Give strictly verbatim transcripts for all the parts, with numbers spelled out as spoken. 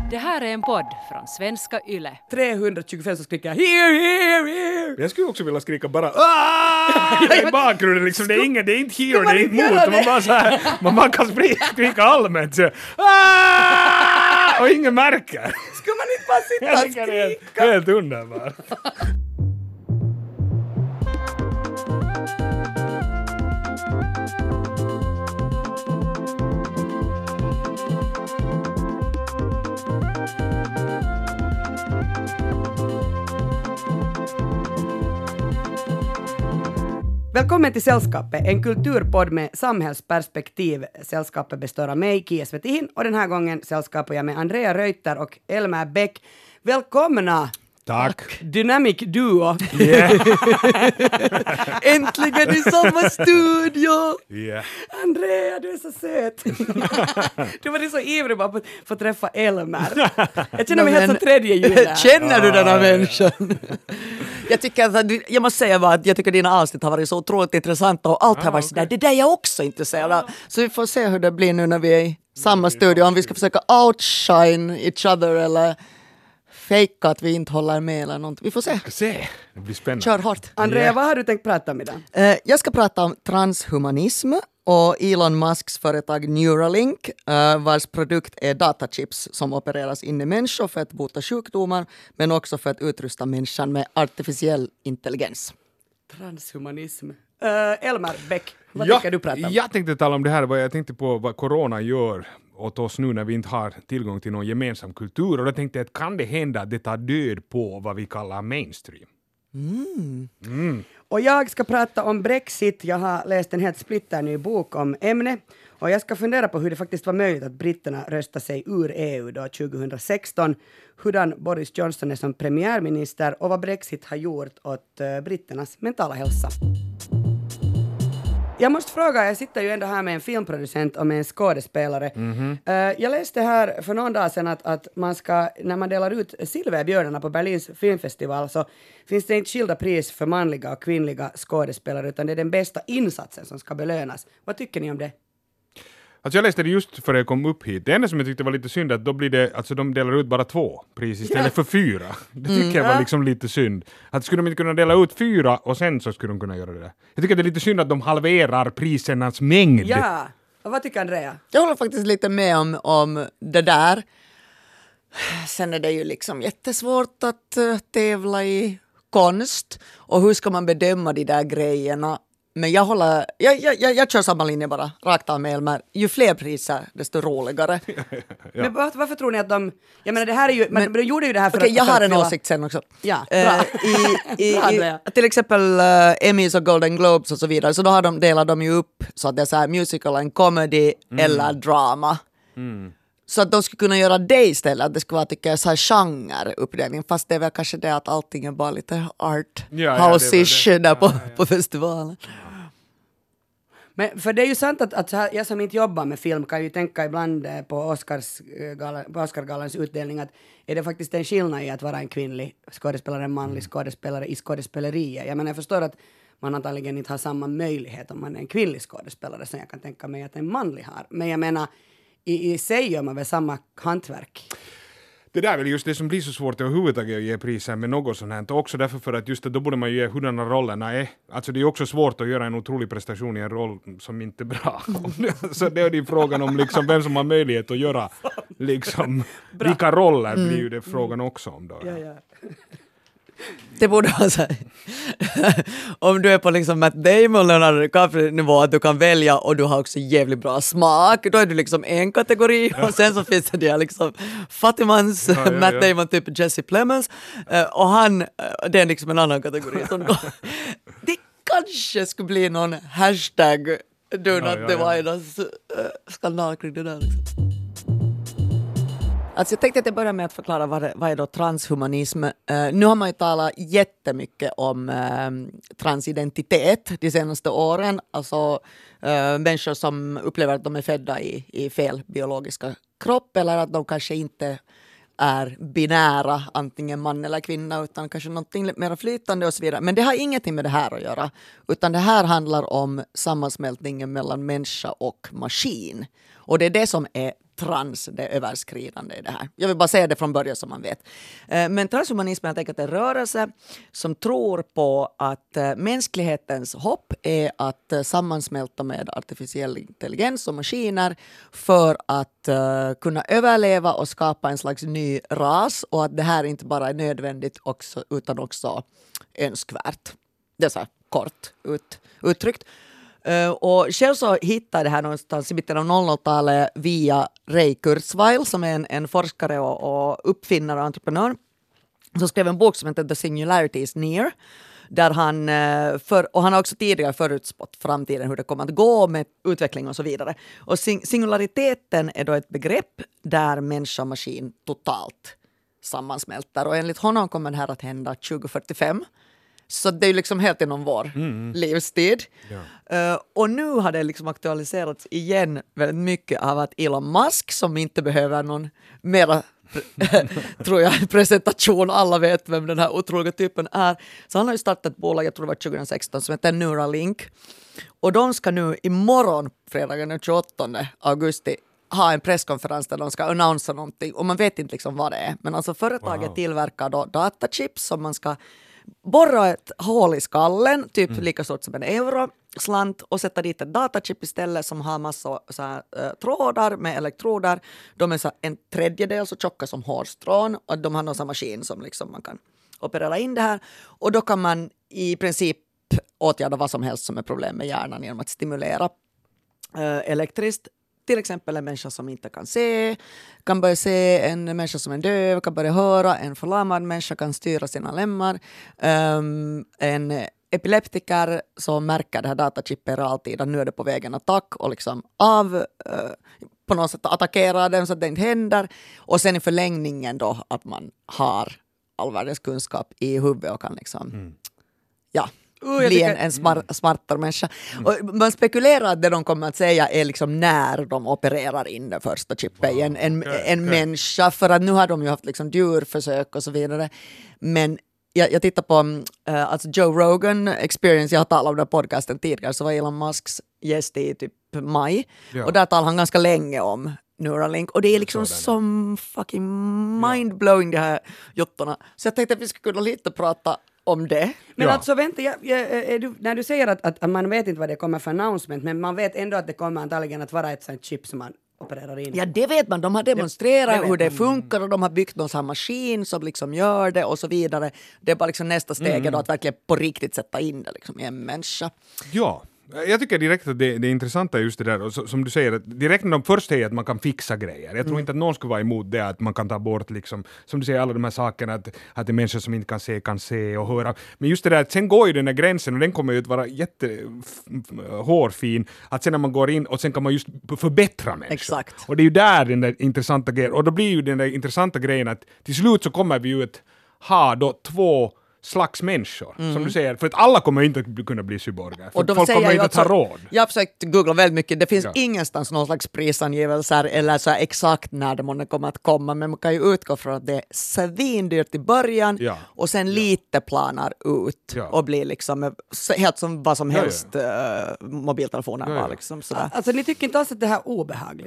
Det här är en podd från Svenska Yle. trehundratjugofem så skriker jag here, here, here. Jag skulle också vilja skrika bara Aah! I bakgrunden liksom, det är inget, det är inte here, det är inte mot, man bara så här, man bara kan skrika allmänt så Aah! Och ingen märker. Ska man inte bara sitta och skrika? Det är helt underbart. Välkommen till Sällskapet, en kulturpodd med samhällsperspektiv. Sällskapet består av mig, Kia Svetihin, och den här gången sällskapar jag med Andrea Reuter och Elmer Bäck. Välkomna! Tack. Dynamic duo. Yeah. Äntligen i samma studio! Yeah. Andrea, du är så söt. Du var så ivrig bara på att få träffa Elmer. Jag känner mig helt som tredje julen. Känner du den här Ah, människan? Jag tycker att, jag måste säga bara att jag tycker att dina avsnitt har varit så otroligt intressanta och allt har varit sådär, det där är jag också intresserad av. Så vi får se hur det blir nu när vi är i samma studio, om vi ska försöka outshine each other eller fejka att vi inte håller med eller något. Vi får se. Se, det blir spännande. Kör hårt. Andrea, Yeah. vad har du tänkt prata om idag? Eh, jag ska prata om transhumanism och Elon Musks företag Neuralink, eh, vars produkt är datachips som opereras in i människor för att bota sjukdomar, men också för att utrusta människan med artificiell intelligens. Transhumanism. Uh, Elmer Bäck, vad Ja, tänker du prata om? jag tänkte tala om det här, vad jag tänkte på vad corona gör åt oss nu när vi inte har tillgång till någon gemensam kultur. Och då tänkte jag att kan det hända att det tar död på vad vi kallar mainstream? Mm. Mm. Och jag ska prata om Brexit. Jag har läst en helt splitterny bok om ämne. Och jag ska fundera på hur det faktiskt var möjligt att britterna röstade sig ur E U då tjugohundrasexton. Hurdan Boris Johnson är som premiärminister och vad Brexit har gjort åt uh, britternas mentala hälsa. Jag måste fråga, jag sitter ju ändå här med en filmproducent och med en skådespelare. Mm-hmm. Uh, jag läste här för någon dag sedan att, att man ska, när man delar ut Silverbjörnarna på Berlins filmfestival så finns det inte skilda pris för manliga och kvinnliga skådespelare utan det är den bästa insatsen som ska belönas. Vad tycker ni om det? Alltså jag läste det just före jag kom upp hit. Det enda som jag tyckte var lite synd att då blir det, alltså de delar ut bara två pris istället Ja. för fyra. Det tycker Mm. jag var Ja. liksom lite synd. Att skulle de inte kunna dela ut fyra och sen så skulle de kunna göra det. Jag tycker det är lite synd att de halverar prisernas mängd. Ja, och vad tycker Andrea? Jag håller faktiskt lite med om, om det där. Sen är det ju liksom jättesvårt att uh, tävla i konst. Och hur ska man bedöma de där grejerna? Men jag håller, jag, jag, jag, jag kör samma linje bara, rakt av med Elmer. Ju fler priser, desto roligare. Ja. Men var, varför tror ni att de... Jag menar det här är ju... Men, de gjorde ju det här för Okej, att... jag för har att en fylla- åsikt sen också. Ja, Eh, bra. i, i, Bra, Andrea. i, till exempel uh, Emmys och Golden Globes och så vidare. Så då har de, delar de ju upp så att det är så här musical and comedy eller drama. Så att de skulle kunna göra det istället. Att det skulle vara tycker jag, så här genreuppdelning. Fast det är väl kanske det att allting är bara lite art Ja, ja, det är väl house-ish det. där på, Ja, ja, ja. på festivalen. Men för det är ju sant att, att så här, jag som inte jobbar med film kan ju tänka ibland eh, på, Oscars, eh, gala, på Oscargalans utdelning att är det faktiskt en skillnad i att vara en kvinnlig skådespelare, en manlig skådespelare i skådespeleriet. Jag menar jag förstår att man antagligen inte har samma möjlighet om man är en kvinnlig skådespelare som jag kan tänka mig att en manlig har. Men jag menar i, i sig gör man väl samma hantverk. Det där är väl just det som blir så svårt överhuvudtaget att ge priser med något sånt här. Och också därför för att just det, då borde man ju ge hurdana rollerna är. Alltså det är också svårt att göra en otrolig prestation i en roll som inte är bra. Så det är ju frågan om liksom vem som har möjlighet att göra liksom vilka roller blir ju det frågan också om då. Ja, ja. Det borde vara så här. Om du är på liksom Matt Damon eller DiCaprio-nivå att du kan välja och du har också jävligt bra smak, då är du liksom en kategori och sen så finns det där liksom fattigmans Ja, ja, Matt ja. Damon typ Jesse Plemons uh, och han, uh, det är liksom en annan kategori. Som då, det kanske skulle bli någon hashtag do Ja, not ja, ja. divide us uh, skandal kring det där liksom. Alltså jag tänkte att jag börjar med att förklara vad, det, vad är då transhumanism. Uh, nu har man ju talat jättemycket om uh, transidentitet de senaste åren. Alltså uh, människor som upplever att de är födda i, i fel biologiska kropp eller att de kanske inte är binära, antingen man eller kvinna, utan kanske någonting mer flytande och så vidare. Men det har ingenting med det här att göra, utan det här handlar om sammansmältningen mellan människa och maskin. Och det är det som är trans, det överskridande i det här. Jag vill bara säga det från början så man vet. Eh, men transhumanismen, jag tänker att det är en rörelse som tror på att eh, mänsklighetens hopp är att eh, sammansmälta med artificiell intelligens och maskiner för att eh, kunna överleva och skapa en slags ny ras, och att det här inte bara är nödvändigt också, utan också önskvärt. Det är så här kort ut, uttryckt. Uh, och själv så hittade jag det här någonstans i mitten av noll noll-talet via Ray Kurzweil som är en, en forskare och, och uppfinnare och entreprenör som skrev en bok som heter The Singularity is Near. Där han, för, och han har också tidigare förutspått framtiden, hur det kommer att gå med utveckling och så vidare. Och sing, singulariteten är då ett begrepp där människa och maskin totalt sammansmälter. Och enligt honom kommer det här att hända tjugo fyrtiofem. Så det är ju liksom helt inom vår mm. livstid. Ja. Uh, och nu har det liksom aktualiserats igen väldigt mycket av att Elon Musk, som inte behöver någon mera tror jag presentation, alla vet vem den här otroliga typen är. Så han har ju startat ett bolag, jag tror det var tjugo sexton, som heter Neuralink. Och de ska nu imorgon, fredagen den tjugoåttonde augusti, ha en presskonferens där de ska annonsa någonting. Och man vet inte liksom vad det är. Men alltså företaget wow. tillverkar då datachips som man ska borra ett hål i skallen, typ mm. lika stort som en euro slant, och sätta dit ett datachip istället som har massa så här, äh, trådar med elektroder. De är så här, en tredjedel så tjocka som hårstrån, och de har någon sån maskin som liksom man kan operera in det här, och då kan man i princip åtgärda vad som helst som är problem med hjärnan genom att stimulera äh, elektriskt. Till exempel en människa som inte kan se, kan börja se, en människa som är döv kan börja höra, en förlamad människa kan styra sina lemmar, um, en epileptiker som märker det här datachippet alltid att nu är det på vägen attack och liksom av, uh, på något sätt attackera den så att det inte händer, och sen i förlängningen då att man har all världens kunskap i huvudet och kan liksom mm. ja Uh, bli en, en smart, smartare människa. Mm. Och man spekulerar att det de kommer att säga är liksom när de opererar in det första chippet wow. i en, en, okay, en okay. människa, för att nu har de ju haft liksom djurförsök och så vidare. Men jag, jag tittar på uh, alltså Joe Rogan Experience, jag har talat om den podcasten tidigare, så var Elon Musks gäst i typ maj, ja. Och där talar han ganska länge om Neuralink, och det är liksom som fucking mindblowing ja. de här juttorna. Så jag tänkte att vi skulle kunna lite prata om det. Men ja. alltså vänta, jag, jag, är du, när du säger att, att, att man vet inte vad det kommer för announcement, men man vet ändå att det kommer antagligen att vara ett sånt chip som man opererar in. Ja, det vet man. De har demonstrerat det, hur det funkar, och de har byggt någon sån maskin som liksom gör det och så vidare. Det är bara liksom nästa steg mm. då, att verkligen på riktigt sätta in det liksom i en människa. Ja. Jag tycker direkt att det, det är intressanta just det där, och så, som du säger, att direkt när de först säger att man kan fixa grejer, jag tror mm. inte att någon skulle vara emot det, att man kan ta bort liksom, som du säger, alla de här sakerna, att, att det är människor som inte kan se, kan se och höra, men just det där, att sen går ju den där gränsen, och den kommer ju att vara jättehårfin, att sen när man går in, och sen kan man just förbättra människor. Exakt. Och det är ju där den där intressanta grejen, och då blir ju den där intressanta grejen att till slut så kommer vi ju att ha då två slags människor, mm. som du säger, för att alla kommer inte kunna bli cyborgar, för och folk kommer inte alltså, att ha råd. Jag har försökt googla väldigt mycket, det finns ja. ingenstans någon slags prisangivelser eller så exakt när det måste komma att komma, men man kan ju utgå från att det är svindyrt i början ja. och sen ja. lite planar ut ja. och blir liksom helt som vad som helst ja, ja. Uh, mobiltelefoner ja, ja. Liksom, sådär. Alltså ni tycker inte alls att det här är obehagligt?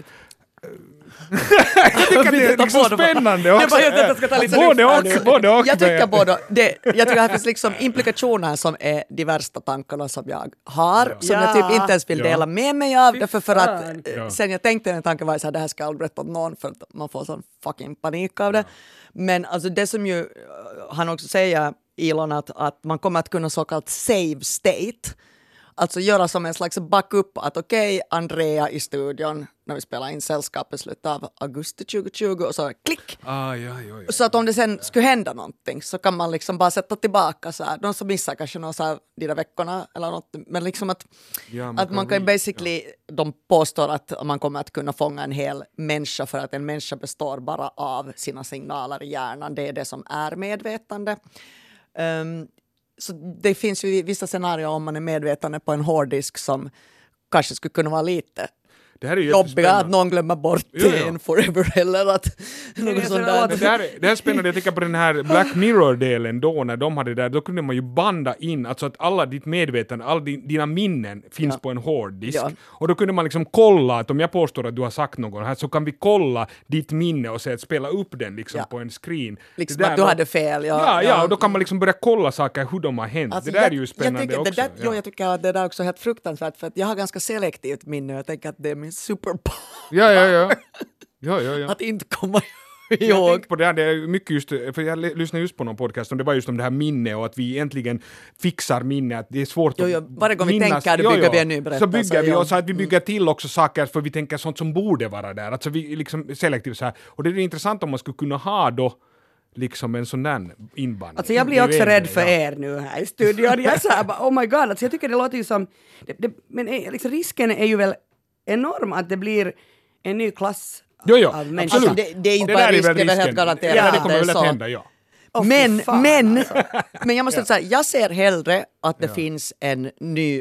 jag tycker det är liksom spännande också. Både och, både och. Jag tycker både det, jag tycker att det finns liksom implikationer som är de värsta tankarna som jag har, ja. som jag typ inte ens vill dela med mig av, därför för att ja. sen jag tänkte den tanken var så här, det här ska jag aldrig berätta åt någon, för att man får sån fucking panik av det. Ja. Men alltså det som ju han också säger, Elon, att, att man kommer att kunna så kallat save state, alltså göra som en slags backup, att okej, okay, Andrea i studion när vi spelar in Sällskapet slutet av augusti tjugo tjugo, och så klick. Ah, ja, ja, ja, så att om det sen skulle hända någonting så kan man liksom bara sätta tillbaka så här, de som missar kanske någon så här de där veckorna eller något, men liksom att, ja, man, att kan man kan basically, ja. de påstår att man kommer att kunna fånga en hel människa, för att en människa består bara av sina signaler i hjärnan, det är det som är medvetande. Um, Så det finns ju vissa scenarier om man är medvetande på en hårddisk som kanske skulle kunna vara lite Det här är ju jobbiga jättespännande. att någon glömmer bort Jo, det jo. en forever eller att något så sånt det där. låter- Men det, här, är- det här är spännande, jag tänker på den här Black Mirror-delen då, när de hade det där, då kunde man ju banda in, alltså att alla ditt medvetande, alla din, dina minnen finns Ja. på en hårddisk. Ja. Och då kunde man liksom kolla, att om jag påstår att du har sagt något här, så kan vi kolla ditt minne och se att spela upp den liksom Ja. på en screen. Liksom Det där att du då- hade fel. Ja, Ja, ja, och då kan man liksom börja kolla saker, hur de har hänt. Alltså, det där jag, är ju spännande jag tycker, också. Det där, ja. jo, jag tycker att det där också är helt fruktansvärt för att jag har ganska selektivt minne och jag tänker att det är min superpower ja, ja, ja. Ja, ja, ja. att inte komma Jag ihåg. tänkte på det här, det är mycket just, för jag l- lyssnade just på någon podcast och det var just om det här minne och att vi egentligen fixar minne, att det är svårt Jo, att jo, varje gång vi minnas. tänker, då bygger vi en ny berättelse, Så bygger vi, ja. och så att vi bygger till också saker för vi tänker sånt som borde vara där, alltså vi liksom selektivt så här, och det är intressant om man skulle kunna ha då liksom en sån där inbandning. Alltså jag blir Det också vet rädd jag, för ja. er nu här i studion. Jag är så här, bara, oh my god, alltså jag tycker det låter ju som... Det, det, men eh, liksom, risken är ju väl enorm att det blir en ny klass Jo, jo, av människor. Alltså, det, det är inte Det bara där är risk, väl det är väl helt risken. garanterat Ja, att det kommer är väl att så. hända, ja. Åh, fy Men, fan, men, alltså. men jag måste säga, jag ser hellre att det Ja. finns en ny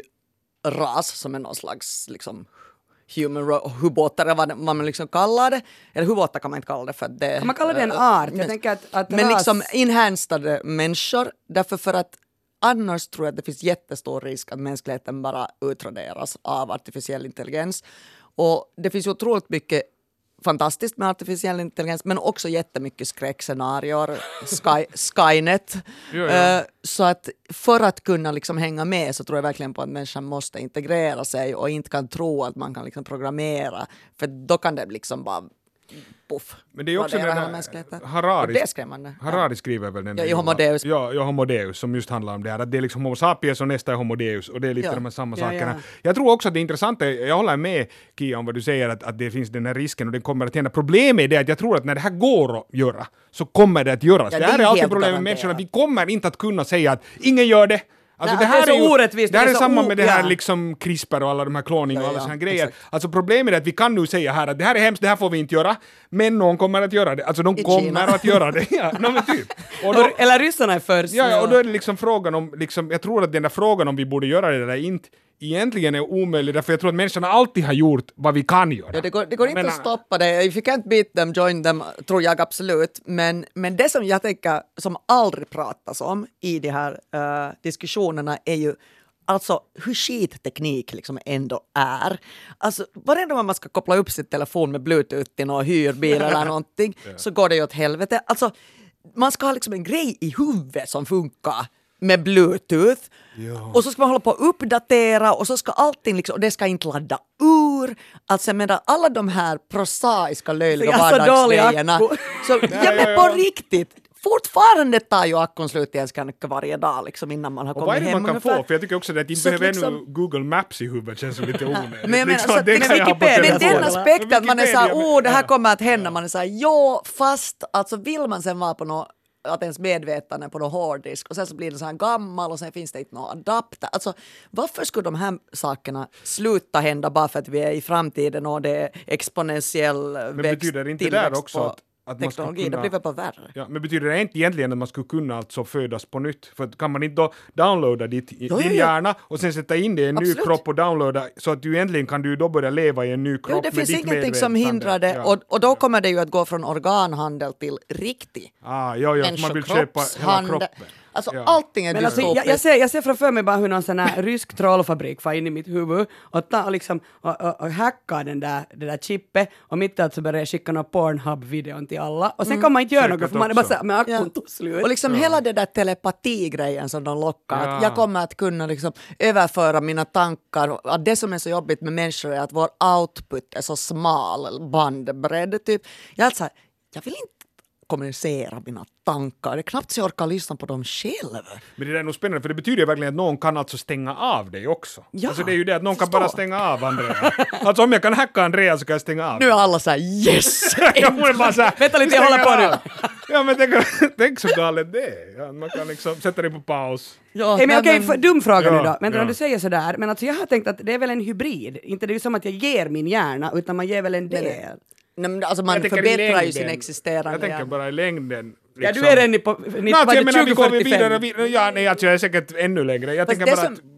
ras som är någon slags liksom, human ro- hubåtar eller vad det- vad man liksom kallar det. Eller hubåtar kan man inte kalla det för att det... Kan man kalla det en äh, art? Jag men- tänker att, att Men ras... liksom enhanced människor, därför för att annars tror jag att det finns jättestor risk att mänskligheten bara utraderas av artificiell intelligens. Och det finns ju otroligt mycket fantastiskt med artificiell intelligens, men också jättemycket skräckscenarier, Sky, Skynet. Jo, jo. Eh, så att för att kunna liksom hänga med så tror jag verkligen på att människan måste integrera sig och inte kan tro att man kan liksom programmera, för då kan det liksom bara puff. Men det är också radera den hela där mänskligheten. Harari- Och det är skrämmande. Harari skriver väl den Ja, där i Homo Deus. Ja, ja, Homo Deus, som just handlar om det här. Att det är liksom Homo sapiens och nästa är Homo Deus. Och det är lite Ja. de här samma Ja, sakerna. ja. Jag tror också att det är intressant, jag håller med Kia om vad du säger, att, att det finns den här risken och det kommer att hända. Problemet är det att jag tror att när det här går att göra, så kommer det att göras. Ja, det det här är är alltid helt problemet med garanterat. människorna. Vi kommer inte att kunna säga att ingen gör det. Alltså Nej, det här det är så ju, orättvist, Det här det är, är så samma o- med det här ja. liksom CRISPR och alla de här kloning och Ja, alla ja, såna här grejer. exakt. Alltså problemet är att vi kan nu säga här att det här är hemskt, det här får vi inte göra, men någon kommer att göra det. Alltså de I kommer Kina. att göra det. Ja, no, men typ. Och då, Och- Eller ryssarna är först. ja, ja, och då är det liksom frågan om, liksom, jag tror att den där frågan om vi borde göra det eller inte egentligen är omöjlig, därför jag tror att människorna alltid har gjort vad vi kan göra. Ja, det går, det går inte Men, att stoppa det. If you can't beat them, join them, tror jag absolut. Men, men det som jag tänker, som aldrig pratas om i de här uh, diskussionerna är ju alltså hur skitteknik liksom ändå är. Alltså varenda gång man ska koppla upp sin telefon med bluetooth till någon hyrbil eller någonting så går det ju åt helvete. Alltså man ska ha liksom en grej i huvudet som funkar med bluetooth. Ja. Och så ska man hålla på att uppdatera och så ska allting liksom, och det ska inte ladda ur. Alltså jag menar alla de här prosaiska löjliga Så jag har så dålig vardagsgrejerna. akku. Så, ja, ja, men ja. på riktigt. Fortfarande tar ju akkun slut i en skanka varje dag liksom, innan man har Och vad är kommit det hem. man kan ungefär. få? För jag tycker också att inte Så behöver liksom- ännu Google Maps i huvudet känns som lite onödigt. Men jag menar, Liksom, så, det men, kan jag ha på Wikipedia- men telefonen. den aspekten att man är såhär, Wikipedia, åh det här ja. kommer att hända, man är såhär, jo fast alltså vill man sen vara på något, att ens medvetande på någon hårddisk och sen så blir det så här gammal och sen finns det inte någon adapter. Alltså varför skulle de här sakerna sluta hända bara för att vi är i framtiden och det är exponentiell Men växt, betyder inte tillväxt där också på att, att man ska teknologi? kunna... Det blir väl bara värre. Ja, men betyder det inte egentligen att man skulle kunna alltså födas på nytt? För att kan man inte då downloada ditt, Jo, jo, din jo. hjärna och sen sätta in det i en ny Absolut. kropp och downloada, så att du egentligen kan du då börja leva i en ny kropp Jo, det med finns ditt ingenting som medvetande. hindrar det Ja. och, och då kommer det ju att gå från organhandel till riktig Ah, ja, ja, att man vill köpa hela människokroppshandel. kroppen. Alltså Ja. allting är Men alltså, jag, jag, dystopiskt. ser, jag ser framför mig bara hur någon sån här rysk trollfabrik var in i mitt huvud och, ta, och, liksom, och, och, och hacka den där, det där chippet och mitt i allt så började jag skicka någon Pornhub-videon till alla och sen kan man inte göra Säkert något för man är bara också. såhär, men akkun Ja. tog slut. Och liksom hela det där telepatigrejen som de lockar, Ja. att jag kommer att kunna liksom överföra mina tankar. Att det som är så jobbigt med människor är att vår output är så smal, bandbredd typ. Jag är alltså, här, jag vill inte kommunicera mina tankar. Det är knappt så jag orkar lyssna på dem själv. Men det där är nog spännande, för det betyder ju verkligen att någon kan alltså stänga av dig också. Ja, alltså det är ju det att någon kan förstår. bara stänga av Andrea. Alltså om jag kan hacka Andrea så kan jag stänga av. Nu är alla så här yes! Ja, hon är bara så här, Vänta lite, "Vi jag håller på stänger nu." av. Ja, men tänk, tänk så galet det är. Ja, man kan liksom sätta det på paus. Ja, Hey, men nej, okej, men- för- dum fråga Ja, nu då. Men ja. när du säger sådär, men alltså jag har tänkt att det är väl en hybrid. Inte det är ju som att jag ger min hjärna, utan man ger väl en del. Nej, men alltså man Jag tänker i förbättrar ju längden. sin existerande Jag tänker hjärna. bara i längden. Ja, liksom. du är redan på ni, Nej, alltså, var jag det menar, vi går tjugo fyrtiofem. vidare. Vi, ja, nej, alltså jag är säkert ännu längre. Jag Fast tänker det bara som-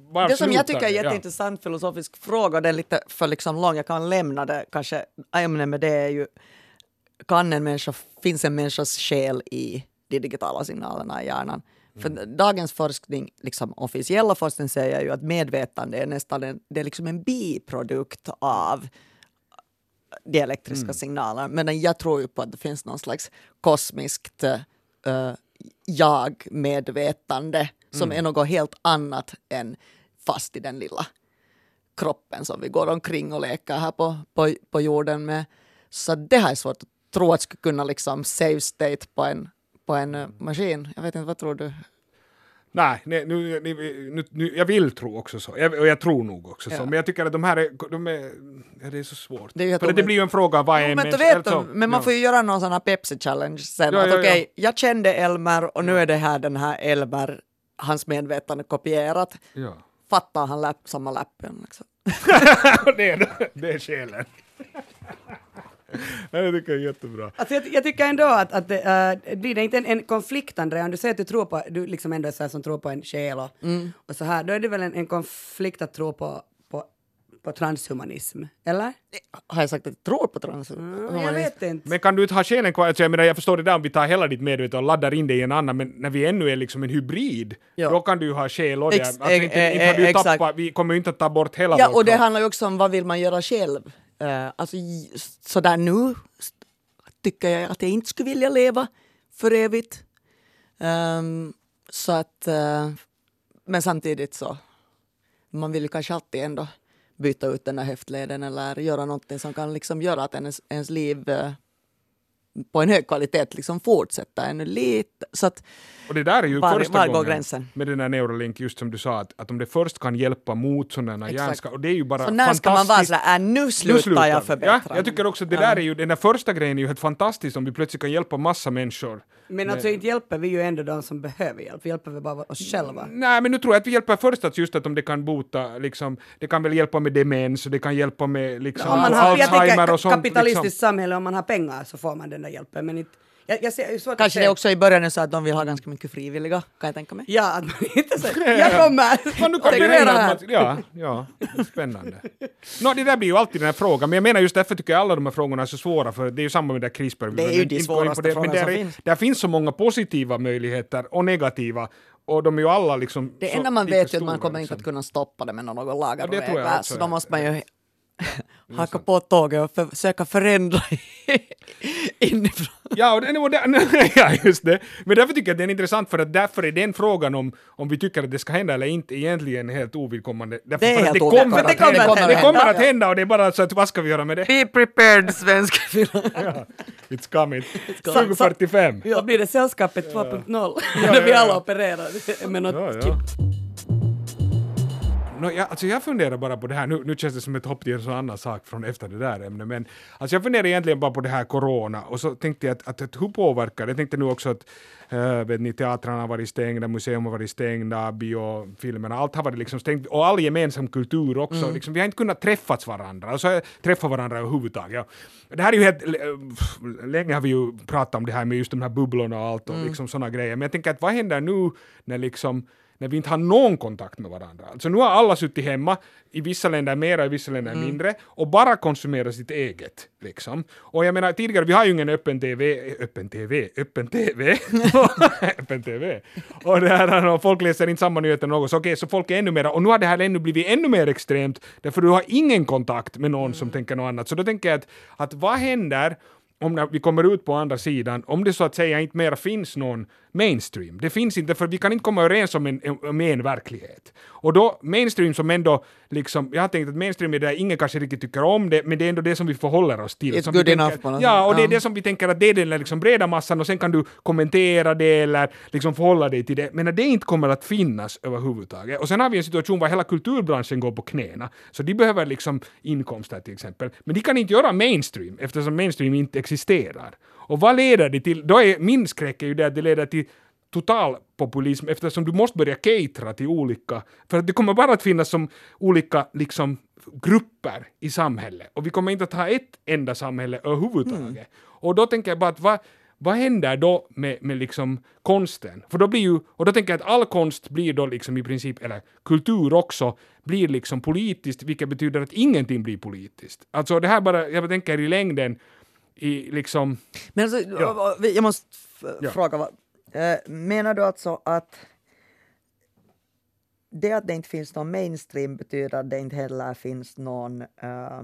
var Det som jag slutar tycker är det? Ja. jätteintressant filosofisk fråga, det är lite för liksom lång, jag kan lämna det kanske, ämnet med det är ju, kan en människa, finns en människas själ i de digitala signalerna i hjärnan? Mm. För dagens forskning, liksom officiella forskning säger ju att medvetande är nästan en, det är liksom en biprodukt av de elektriska mm. signalerna. Men jag tror ju på att det finns någon slags kosmiskt uh, jag-medvetande som mm. är något helt annat än fast i den lilla kroppen som vi går omkring och leker här på, på, på jorden med. Så det här är svårt att tro att skulle kunna liksom save state på en, på en uh, maskin. Jag vet inte, vad tror du? Nej, nej nu, nu, nu, jag vill tro också så. Jag, och jag tror nog också ja. så. Men jag tycker att de här är, de är, ja, det är så svårt. Det är För det blir ju en fråga, vad är jo, men, människa, vet alltså, men man ja. får ju göra någon sån här Pepsi-challenge sen. Ja, att ja, okej, okay, ja. jag kände Elmer och nu är det här den här Elmer, hans medvetande kopierat. Ja. Fattar han läpp, samma läppen liksom. det, är, det är själen. Jag tycker det är jättebra. Alltså jag, jag tycker ändå att, att uh, blir det inte en, en konflikt, Andrea, om du säger att du tror på, du liksom ändå är så här som tror på en själ och, mm. och så här, då är det väl en, en konflikt att tro på, på, på transhumanism, eller? Har jag sagt att jag tror på transhumanism? Mm, jag vet inte. Men kan du inte ha själen kvar? Alltså jag menar, jag förstår det där om vi tar hela ditt medvetande och laddar in det i en annan, men när vi ännu är liksom en hybrid, ja. då kan du ha själ och det. Ex- alltså, inte, eh, inte har du eh, tappat, vi kommer ju inte att ta bort hela ja, vår och det kropp. handlar ju också om vad vill man göra själv. Uh, alltså sådär nu tycker jag att jag inte skulle vilja leva för evigt. Um, så att, uh, men samtidigt så, man vill ju kanske alltid ändå byta ut den här höftleden eller göra någonting som kan liksom göra att ens, ens liv uh, på en hög kvalitet liksom fortsätta ännu lite. Så att, och det där är ju var, första var gången gränsen? Med den här Neuralink, just som du sa, att, att om det först kan hjälpa mot sådana hjärnskador, och det är ju bara så när ska man vara sådär, äh, nu slutar, slutar jag förbättra? Ja, jag tycker också att det ja. där är ju, den där första grejen är ju helt fantastiskt om vi plötsligt kan hjälpa massa människor. Men alltså inte hjälper vi ju ändå de som behöver hjälp, vi hjälper vi bara oss själva. Nej, men nu tror jag att vi hjälper först att just att om det kan bota, liksom, det kan väl hjälpa med demens och det kan hjälpa med liksom, om man har, Alzheimer jag tänker, och sånt. kapitalistiskt liksom. samhälle, om man har pengar så får man den där hjälpen, men inte Jag, jag ser, svårt kanske det är också i början så att de vill ha ganska mycket frivilliga, kan jag tänka mig. Ja, att man inte så, jag kommer. Man, nu kan det här. Man, ja, ja, spännande. No, det där blir ju alltid den här frågan, men jag menar just därför tycker jag alla de här frågorna är så svåra, för det är ju samma med det där CRISPR. Det är ju de svåraste det, frågorna men som där, finns. Där finns så många positiva möjligheter och negativa, och de är ju alla liksom det så enda man vet är att man kommer liksom. inte att kunna stoppa det med någon lagar ja, och regler, så också, då ja. måste man ju haka på tåget och försöka förändra inifrån. Ja, och det, och det, ja, just det. Men därför tycker jag att det är intressant, för att därför är den frågan om, om vi tycker att det ska hända eller inte egentligen helt ovidkommande. Därför det är helt det ovidkommande. kommer, det kommer, det kommer, det kommer att hända, hända, och det är bara så att vad ska vi göra med det? Be prepared, svenska filmer. Ja, it's coming. tjugo fyrtiofem. Då blir det sällskapet två punkt noll när vi alla opererar med något Ja, ja. chip. No, jag, alltså jag funderar bara på det här, nu, nu känns det som ett hopp till en sån annan sak från efter det där ämnet, men alltså jag funderar egentligen bara på det här corona, och så tänkte jag att, att, att hur påverkar det? Jag tänkte nu också att äh, vet ni, teatrarna har varit stängda, museum har varit stängda, biofilmerna, allt har varit liksom stängt, och all gemensam kultur också, mm. liksom, vi har inte kunnat träffas varandra, alltså träffa varandra överhuvudtaget. Ja. Det här är ju helt, länge har vi ju pratat om det här med just de här bubblorna och allt och mm. liksom såna grejer, men jag tänker att vad händer nu när liksom när vi inte har någon kontakt med varandra. Alltså nu har alla suttit hemma, i vissa länder mer och i vissa länder mm. mindre, och bara konsumerar sitt eget. Liksom. Och jag menar, tidigare, vi har ju ingen öppen tv, öppen tv, öppen tv, öppen tv. Och, det här, och folk läser inte samma nyheter än något, så okej, okay, så folk är ännu mer, och nu har det här ännu blivit ännu mer extremt, därför du har ingen kontakt med någon mm. som tänker något annat. Så då tänker jag att, att vad händer om när vi kommer ut på andra sidan, om det så att säga inte mer finns någon mainstream. Det finns inte, för vi kan inte komma överens om en, om en verklighet. Och då, mainstream som ändå, liksom, jag har tänkt att mainstream är det ingen kanske riktigt tycker om det, men det är ändå det som vi förhåller oss till. It's som good vi enough. Tänker, ja, och det är det som vi tänker att det är den liksom breda massan, och sen kan du kommentera det eller liksom förhålla dig till det. Men när det inte kommer att finnas överhuvudtaget. Och sen har vi en situation där hela kulturbranschen går på knäna. Så de behöver liksom inkomster till exempel. Men de kan inte göra mainstream, eftersom mainstream inte existerar. Och vad leder det till? Då är min skräck är ju det att det leder till totalpopulism, eftersom du måste börja catera till olika, för att det kommer bara att finnas som olika liksom grupper i samhället, och vi kommer inte att ha ett enda samhälle överhuvudtaget. Mm. Och då tänker jag bara att vad, vad händer då med, med liksom konsten? För då blir ju, och då tänker jag att all konst blir då liksom i princip, eller kultur också, blir liksom politiskt, vilket betyder att ingenting blir politiskt. Alltså det här bara, jag tänker i längden, i liksom... Men alltså, Ja. jag måste f- Ja. fråga, vad, eh, menar du alltså att det att det inte finns någon mainstream betyder att det inte heller finns någon eh,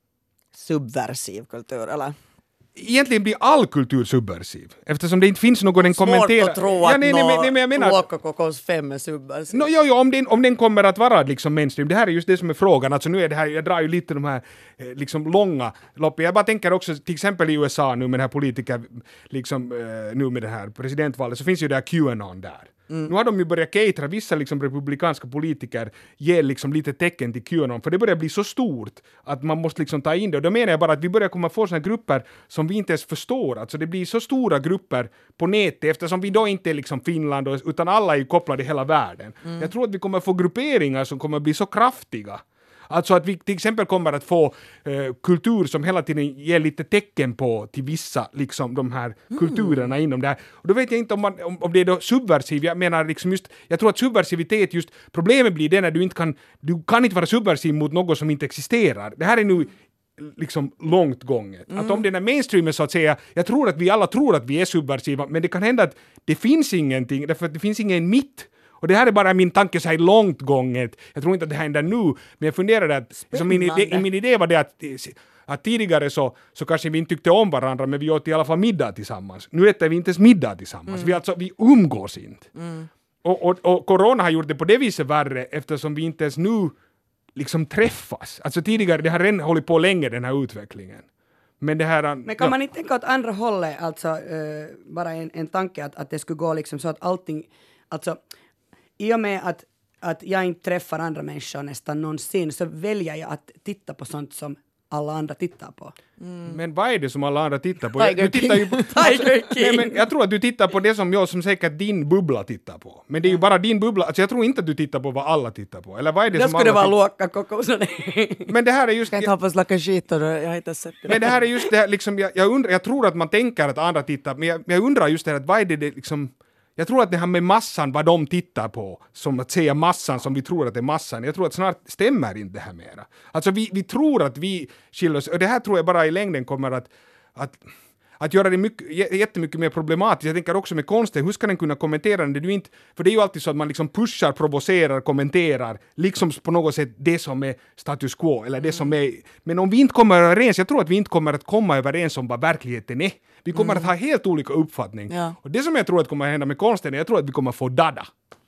subversiv kultur, eller? Egentligen blir all kultur subversiv, eftersom det inte finns någon den kommenterar... Svårt att tro att ja, nej, nej, nej, nej, men jag menar... Lokokokos fem är subversiv. No, jo, jo, om den, om den kommer att vara liksom mainstream, det här är just det som är frågan. Alltså nu är det här, jag drar ju lite de här eh, liksom långa loppen. Jag bara tänker också, till exempel i U S A nu med den här politiker, liksom eh, nu med det här presidentvalet, så finns ju det här QAnon där. Mm. Nu har de ju börjat catera, vissa liksom republikanska politiker ger liksom lite tecken till QAnon, för det börjar bli så stort att man måste liksom ta in det. Och då menar jag bara att vi börjar komma få såna grupper som vi inte ens förstår. Alltså det blir så stora grupper på nätet, eftersom vi då inte är liksom Finland, utan alla är kopplade i hela världen. Mm. Jag tror att vi kommer få grupperingar som kommer bli så kraftiga. Alltså att vi till exempel kommer att få eh, kultur som hela tiden ger lite tecken på till vissa liksom de här kulturerna mm. inom det här. Och då vet jag inte om, man, om, om det är då subversiv. Jag menar liksom just, jag tror att subversivitet just, problemet blir det när du inte kan, du kan inte vara subversiv mot något som inte existerar. Det här är nu liksom långt gånget. Mm. Att om den är mainstreamen så att säga, jag tror att vi alla tror att vi är subversiva, men det kan hända att det finns ingenting, därför att det finns ingen mitt. Och det här är bara min tanke så här långt gånget. Jag tror inte att det händer nu, men jag funderade att så min, idé, min idé var det att, att tidigare så, så kanske vi inte tyckte om varandra, men vi åt i alla fall middag tillsammans. Nu äter vi inte ens middag tillsammans. Mm. Vi, alltså, vi umgås inte. Mm. Och, och, och corona har gjort det på det viset värre, eftersom vi inte ens nu liksom träffas. Alltså tidigare, det har redan hållit på länge den här utvecklingen. Men, det här, men kan ja. man inte tänka åt andra hållet, alltså uh, bara en, en tanke att, att det skulle gå liksom så att allting, alltså i och med att, att jag inte träffar andra människor nästan någonsin, så väljer jag att titta på sånt som alla andra tittar på. Mm. Men vad är det som alla andra tittar på? Tiger du tittar ju på Tiger King. Nej, men jag tror att du tittar på det som jag som säkert din bubbla tittar på. Men det är ju bara din bubbla. Alltså jag tror inte att du tittar på vad alla tittar på. Eller vad är det, det som skulle alla vara tittar låka kokosarna. Men det här är just... Jag kan inte hoppas laka skit och jag har inte sett det. Men det här är just det här, liksom, jag, jag, undrar, jag tror att man tänker att andra tittar, men jag, jag undrar just det här, att vad är det, det liksom... Jag tror att det här med massan, vad de tittar på, som att säga massan som vi tror att det är massan, jag tror att snart stämmer inte det här mera. Alltså vi, vi tror att vi skiljer oss, och det här tror jag bara i längden kommer att, att, att göra det mycket, jättemycket mer problematiskt. Jag tänker också med konsten, hur ska den kunna kommentera det du inte, för det är ju alltid så att man liksom pushar, provocerar, kommenterar, liksom på något sätt det som är status quo, eller det som är, men om vi inte kommer överens, jag tror att vi inte kommer att komma överens om vad verkligheten är. Vi kommer mm. att ha helt olika uppfattning. Ja. Och det som jag tror att kommer att hända med konsten är, jag tror att vi kommer att få Dada.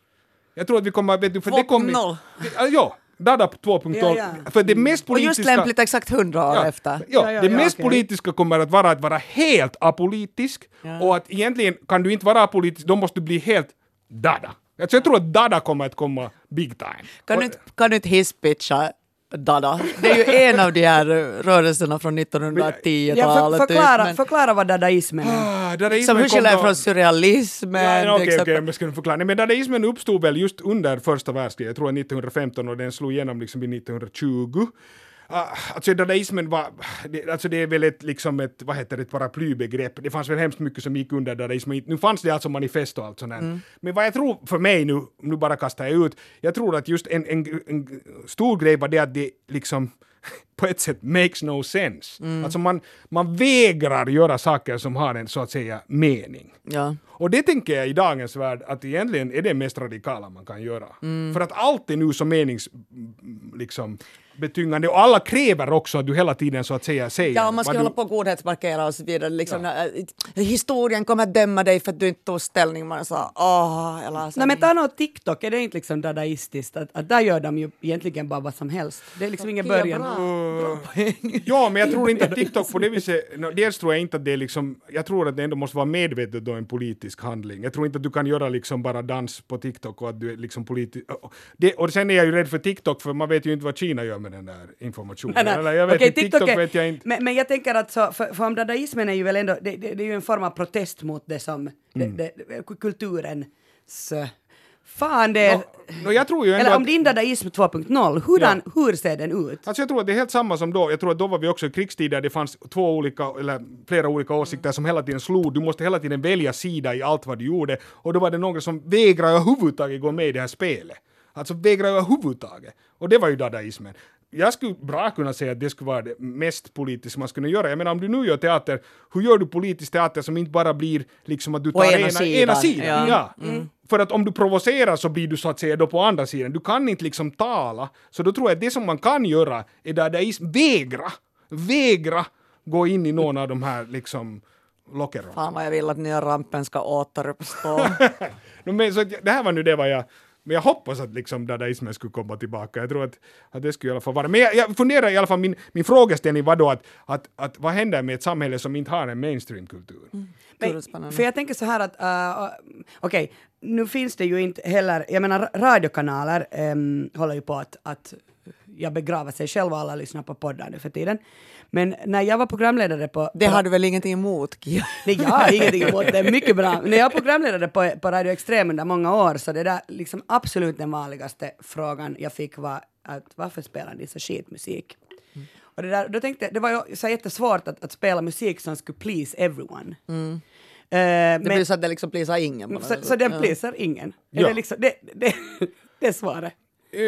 Jag tror att vi kommer, vet du, för det kommer... två punkt noll. Ja, Dada två punkt noll. Ja, ja. För det mest politiska... Och just lämpligt exakt hundra år ja, efter. Ja, ja, ja, det ja, mest okay. politiska kommer att vara att vara helt apolitisk. Ja. Och att egentligen kan du inte vara apolitisk, då måste du bli helt Dada. Alltså jag tror att Dada kommer att komma big time. Kan och, du inte, kan du inte hisspitcha Dada? Det är ju en av de här rörelserna från nittonhundratio-talet. Ja, för, förklara, men... förklara vad dadaismen är. Ah, dadaismen som skiljer då... från surrealismen. Ja, okej, okej, okay, jag ska förklara. Nej, men dadaismen uppstod väl just under första världskriget, jag tror nittonhundrafemton, och den slog igenom liksom i nittonhundratjugo. Uh, alltså dadaismen var, det, alltså det är väl ett, liksom ett, vad heter det, ett paraplybegrepp. Det fanns väl hemskt mycket som gick under dadaismen. Nu fanns det alltså manifest och allt sånt här. Mm. Men vad jag tror för mig nu, nu bara kastar jag ut, jag tror att just en, en, en stor grej var det att det liksom på ett sätt makes no sense. Mm. Alltså man, man vägrar göra saker som har en så att säga mening. Ja. Och det tänker jag i dagens värld att egentligen är det mest radikala man kan göra. Mm. För att allt är nu så menings liksom betyngande, och alla kräver också att du hela tiden så att säga säger. Ja, man ska hålla du... på godhetsmarkera och så vidare. Liksom, ja. Historien kommer att döma dig för att du inte tog ställning. Man sa, åh, eller så. Nej, men ta något TikTok, är det inte liksom dadaistiskt? Att, att där gör de ju egentligen bara vad som helst. Det är liksom ingen början. Uh, ja, men jag tror inte att TikTok på det viset, no, dels tror jag inte att det är liksom, jag tror att det ändå måste vara medvetet då en politisk handling. Jag tror inte att du kan göra liksom bara dans på TikTok och att du är liksom politisk. Det, och sen är jag ju rädd för TikTok, för man vet ju inte vad Kina gör med den där informationen. Nej, nej. Eller jag vet okay, inte, TikTok, TikTok vet jag inte. Men, men jag tänker att så, för, för om dadaismen är ju väl ändå, det, det, det är ju en form av protest mot det som, mm. det, det, kulturens Fan det är... No, no, jag tror ju ändå Eller om att, din dadaism två punkt noll, hurdan, hur ser den ut? alltså jag tror att det är helt samma som då. Jag tror att då var vi också i krigstid där det fanns två olika, eller flera olika åsikter som hela tiden slog. Du måste hela tiden välja sida i allt vad du gjorde. Och då var det några som vägrade överhuvudtaget gå med i det här spelet. Alltså vägrade överhuvudtaget. Och det var ju dadaismen. Jag skulle bra kunna säga att det skulle vara det mest politiska man skulle göra. Jag menar, om du nu gör teater, hur gör du politisk teater som inte bara blir liksom att du tar ena ena sidan. ena sidan? Ja. Ja. Mm. För att om du provocerar så blir du så att säga då på andra sidan. Du kan inte liksom tala. Så då tror jag att det som man kan göra är dadaism. Vägra! Vägra gå in i någon av de här liksom lockerna. Fan vad jag vill att nya rampen ska återuppstå. no, men, så det här var nu det vad jag... Men jag hoppas att liksom dadaismen skulle komma tillbaka. Jag tror att, att det skulle i alla fall vara. Men jag, jag funderar i alla fall, min, min frågeställning var då att, att, att vad händer med ett samhälle som inte har en mainstream-kultur? Mm. Men, för jag tänker så här att, uh, okej, okay, nu finns det ju inte heller, jag menar radiokanaler um, håller ju på att, att jag begraver sig själv och alla lyssnar på poddar nu för tiden. Men när jag var programledare på... Det på, har du väl ingenting emot, Kia? Nej, jag har ingenting emot det, är mycket bra. När jag var programledare på, på Radio Extrem under många år så det där liksom absolut den vanligaste frågan jag fick var att varför spelar ni så skitmusik? Mm. Och det där, då tänkte jag, det var ju så jättesvårt att, att spela musik som skulle please everyone. Mm. Uh, det men, blir så att det liksom pleasar ingen. Så, så den pleasar ingen. Ja. Är det, liksom, det, det, det är svaret. Uh,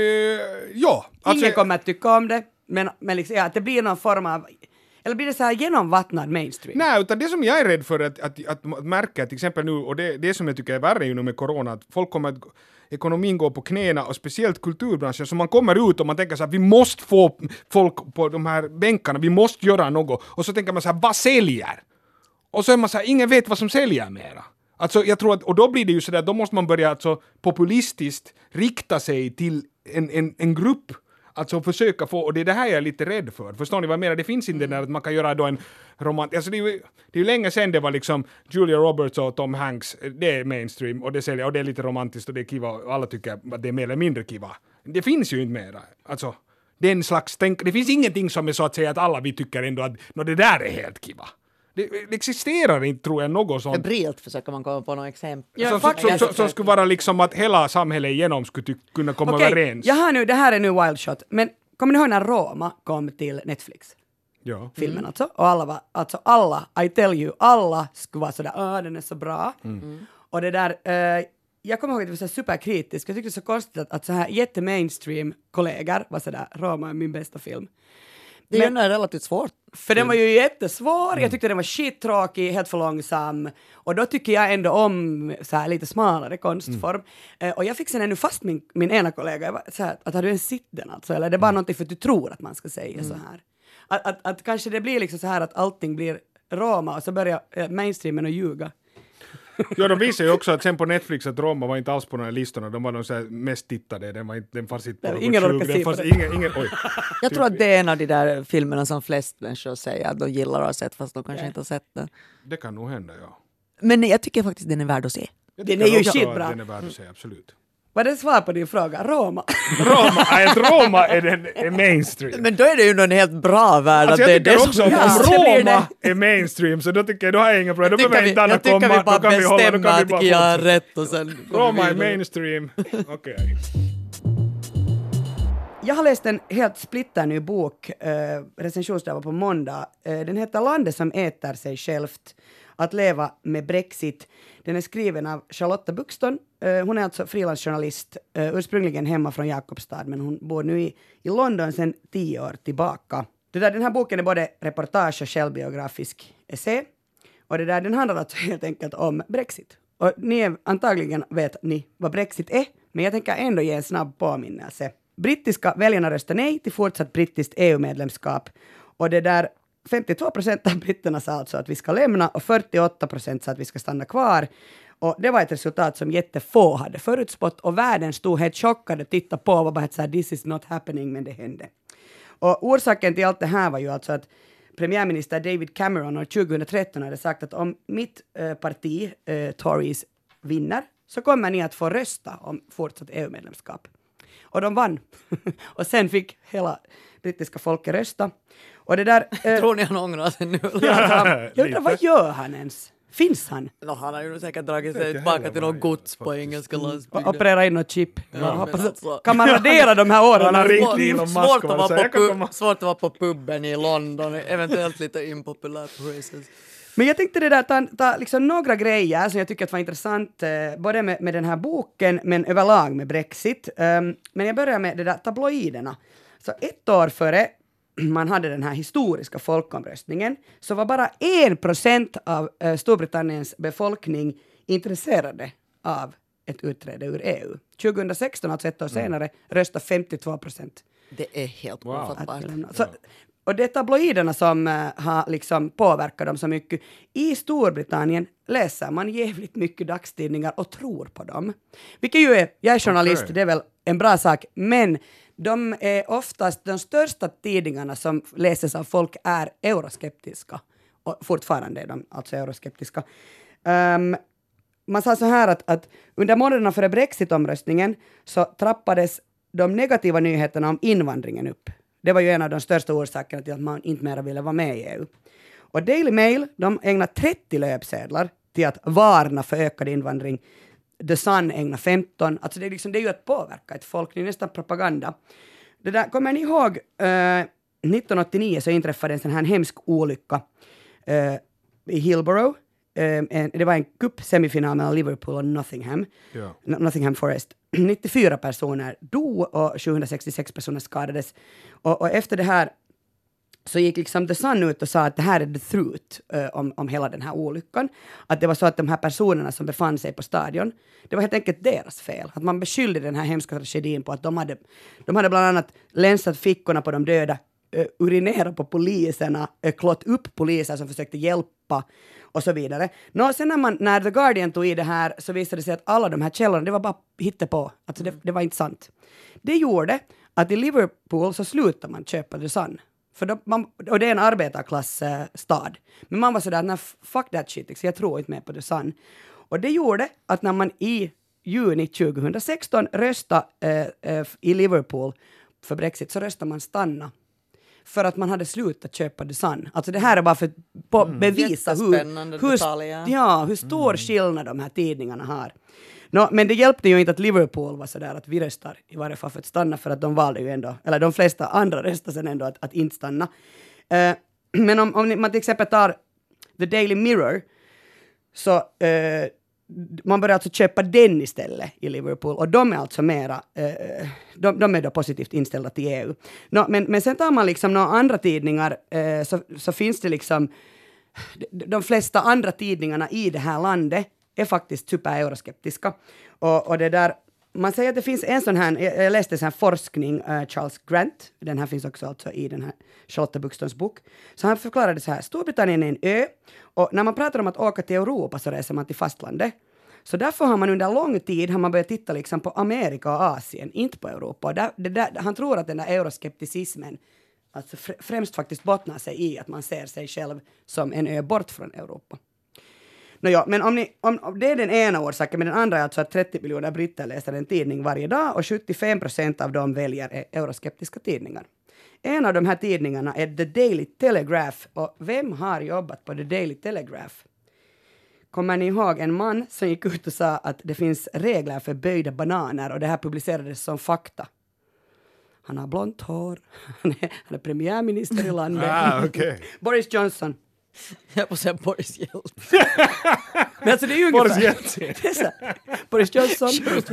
ja. Alltså, ingen kommer att tycka om det, men, men liksom, ja, att det blir någon form av... Eller blir det så här genomvattnad mainstream? Nej, utan det som jag är rädd för att, att, att, att märka till exempel nu, och det, det som jag tycker är värre ju nu med corona, att folk kommer att, ekonomin går på knäna och speciellt kulturbranschen, så man kommer ut och man tänker så här, vi måste få folk på de här bänkarna, vi måste göra något, och så tänker man så här, vad säljer? Och så är man så här, ingen vet vad som säljer mera. Alltså jag tror att, och då blir det ju så där, då måste man börja alltså populistiskt rikta sig till en, en, en grupp. Alltså försöka få, och det är det här jag är lite rädd för. Förstår ni vad jag menar? Det finns inte mm. där att man kan göra då en romant... Alltså det är ju, det är ju länge sedan det var liksom Julia Roberts och Tom Hanks, det är mainstream och det säljer, och det är lite romantiskt och det är kiva och alla tycker att det är mer eller mindre kiva. Det finns ju inte mera. Alltså, det är en slags tänk, det finns ingenting som är så att säga att alla vi tycker ändå att no, det där är helt kiva. Det, det existerar inte, tror jag, något sånt. Febrilt försöker man komma på något exempel. Ja, som, som, som, som, som skulle vara liksom att hela samhället igenom skulle ty- kunna komma Okej, överens. jag har nu, det här är nu Wild Shot, men kommer ni ihåg när Roma kom till Netflix? Ja. Filmen mm. alltså. Och alla var, alltså alla, I tell you, alla skulle vara sådär, ah den är så bra. Mm. Och det där, eh, jag kommer ihåg att jag var så superkritisk. Jag tyckte det var så konstigt att, att så här jättemainstream kollegor var sådär, Roma är min bästa film. Det är men, ju relativt svårt. För den var ju jättesvår, mm. jag tyckte den var skittråkig, helt för långsam. Och då tycker jag ändå om så här lite smalare konstform. Mm. Uh, och jag fick sen ännu fast min, min ena kollega, jag var så här, att har du ens sitt den alltså? Eller är det bara mm. någonting för att du tror att man ska säga mm. så här? Att, att, att kanske det blir liksom så här att allting blir Roma och så börjar uh, mainstreamen att ljuga. Ja, de visar ju också att sen på Netflix att Roma var inte alls på de här listorna, de var de så här mest tittade, den, var inte, den fanns inte på något ingen orkar se på det. Ingen, ingen, oj. Jag tror att det är en av de där filmerna som flest människor säger att de gillar att ha sett, fast de kanske ja. inte har sett den. Det kan nog hända, ja. Men nej, jag tycker faktiskt den är värd att se. Den är ju skitbra. Den är värd att se, absolut. Vad är det svar på din fråga? Roma? Roma, att Roma är, den, är mainstream. Men då är det ju en helt bra värld. Alltså att jag det tycker är också det att som... om ja. Roma är mainstream så då tycker jag, då har jag inga problem. Då behöver vi, inte alla jag tycker komma. vi bara då kan vi hålla, då kan vi bara att jag har rätt och sen... Roma är mainstream. Okej. Okay. Jag har läst en helt splitterny bok, eh, recensionsdag var på måndag. Eh, den heter Landet som äter sig självt. Att leva med Brexit. Den är skriven av Charlotta Buxton. Uh, hon är alltså frilansjournalist, uh, ursprungligen hemma från Jakobstad, men hon bor nu i, i London sedan tio år tillbaka. Det där, den här boken är både reportage och självbiografisk essä. Och det där, den handlar alltså helt enkelt om Brexit. Och ni är, antagligen vet ni vad Brexit är, men jag tänker ändå ge en snabb påminnelse. Brittiska väljarna röstar nej till fortsatt brittiskt E U-medlemskap. Och det där, femtiotvå procent av britterna sa alltså att vi ska lämna och fyrtioåtta procent sa att vi ska stanna kvar. Och det var ett resultat som jättefå hade förutspått och världen stod helt chockad och tittade på och var bara så här, this is not happening, men det hände. Och orsaken till allt det här var ju alltså att premiärminister David Cameron år tjugohundratretton hade sagt att om mitt äh, parti, äh, Tories, vinner så kommer ni att få rösta om fortsatt E U-medlemskap. Och de vann. Och sen fick hela brittiska folket rösta. Och det där... Äh, tror ni han ångrar sig nu? ja, jag undrar, vad gör han ens? Finns han? No, han har ju säkert dragit sig tillbaka till någon gods på engelska landsbygden. Operera in något chip. Ja, Jag hoppas men att- alltså- Kan man radera de här åren? Han har ringt Svårt- Elon Musk svårt, och att bara, vara jag på kan pub, komma. svårt att vara på puben i London, eventuellt lite impopulär på races. Men jag tänkte det där, ta, ta liksom några grejer som jag tycker att var intressant, eh, både med, med den här boken men överlag med Brexit. Um, men jag börjar med det där tabloiderna. Så ett år före man hade den här historiska folkomröstningen så var bara en procent av eh, Storbritanniens befolkning intresserade av ett utträde ur E U. tjugohundrasexton, alltså ett år senare, röstade femtiotvå procent. Det är helt Wow. ofattbart. Så, och det är tabloiderna som uh, har liksom påverkat dem så mycket. I Storbritannien läser man jävligt mycket dagstidningar och tror på dem. Vilket ju är, jag är journalist, Okay. det är väl en bra sak, men de är oftast de största tidningarna som läses av folk är euroskeptiska. Och fortfarande är de alltså euroskeptiska. Um, man sa så här att, att under månaderna före Brexit-omröstningen så trappades de negativa nyheterna om invandringen upp. Det var ju en av de största orsakerna till att man inte mer ville vara med i E U. Och Daily Mail, de ägnar trettio löpsedlar till att varna för ökad invandring. The Sun ägnar femton. Alltså det är, liksom, det är ju att påverka ett folk, det är nästan propaganda. Det där, kommer ni ihåg, uh, nittonhundraåttionio så inträffade en sån här hemsk olycka uh, i Hillborough. Uh, en, det var en cup-semifinal mellan Liverpool och Nottingham. Ja. N- Nottingham Forest. nittiofyra personer dog och sjuhundrasextiosex personer skadades. Och, och efter det här så gick liksom The Sun ut och sa att det här är the truth uh, om, om hela den här olyckan. Att det var så att de här personerna som befann sig på stadion, det var helt enkelt deras fel. Att man beskyllde den här hemska tragedin på att de hade, de hade bland annat länsat fickorna på de döda, uh, urinerat på poliserna, uh, klått upp poliser som försökte hjälpa och så vidare. Nå, sen när, man, när The Guardian tog i det här så visade det sig att alla de här källorna, det var bara hittepå. Alltså det, det var inte sant. Det gjorde att i Liverpool så slutade man köpa The Sun. För då, man, och det är en arbetarklassstad. Uh, Men man var sådär, nej, fuck that shit, liksom, jag tror inte mer på The Sun. Och det gjorde att när man i juni tjugohundrasexton röstade uh, uh, i Liverpool för Brexit så röstade man stanna. För att man hade slutat köpa The Sun. Alltså det här är bara för att mm. bevisa hur, hur, detaljer. ja, hur stor mm. skillnad de här tidningarna har. No, men det hjälpte ju inte att Liverpool var sådär att vi röstar i varje fall för att stanna, för att de valde ju ändå, eller de flesta andra röstade sen ändå att, att inte stanna. Uh, men om, om man till exempel tar The Daily Mirror så uh, man börjar alltså köpa den istället i Liverpool och de är alltså mera, uh, de, de är då positivt inställda till E U. No, men, men sen tar man liksom några andra tidningar uh, så, så finns det liksom de, de flesta andra tidningarna i det här landet är faktiskt super-euroskeptiska. Och, och det där, man säger att det finns en sån här, jag, jag läste en sån här forskning, uh, Charles Grant, den här finns också alltså i den här Charlotte Buxtons bok. Så han förklarade så här, Storbritannien är en ö, och när man pratar om att åka till Europa så reser man till fastlandet. Så därför har man under lång tid har man börjat titta liksom på Amerika och Asien, inte på Europa. Och där, det där, han tror att den där euroskepticismen alltså främst faktiskt bottnar sig i att man ser sig själv som en ö bort från Europa. Nåja, men om, ni, om, om det är den ena orsaken, men den andra är alltså att trettio miljoner britter läser en tidning varje dag och sjuttiofem procent av dem väljer euroskeptiska tidningar. En av de här tidningarna är The Daily Telegraph, och vem har jobbat på The Daily Telegraph? Kommer ni ihåg en man som gick ut och sa att det finns regler för böjda bananer och det här publicerades som fakta? Han har blont hår, han är, han är premiärminister i landet. Ah, okay. Boris Johnson. Jag får säga Boris Hjält. Men alltså det är ju Boris ungefär... Hjält. Det är så. Boris Johnson.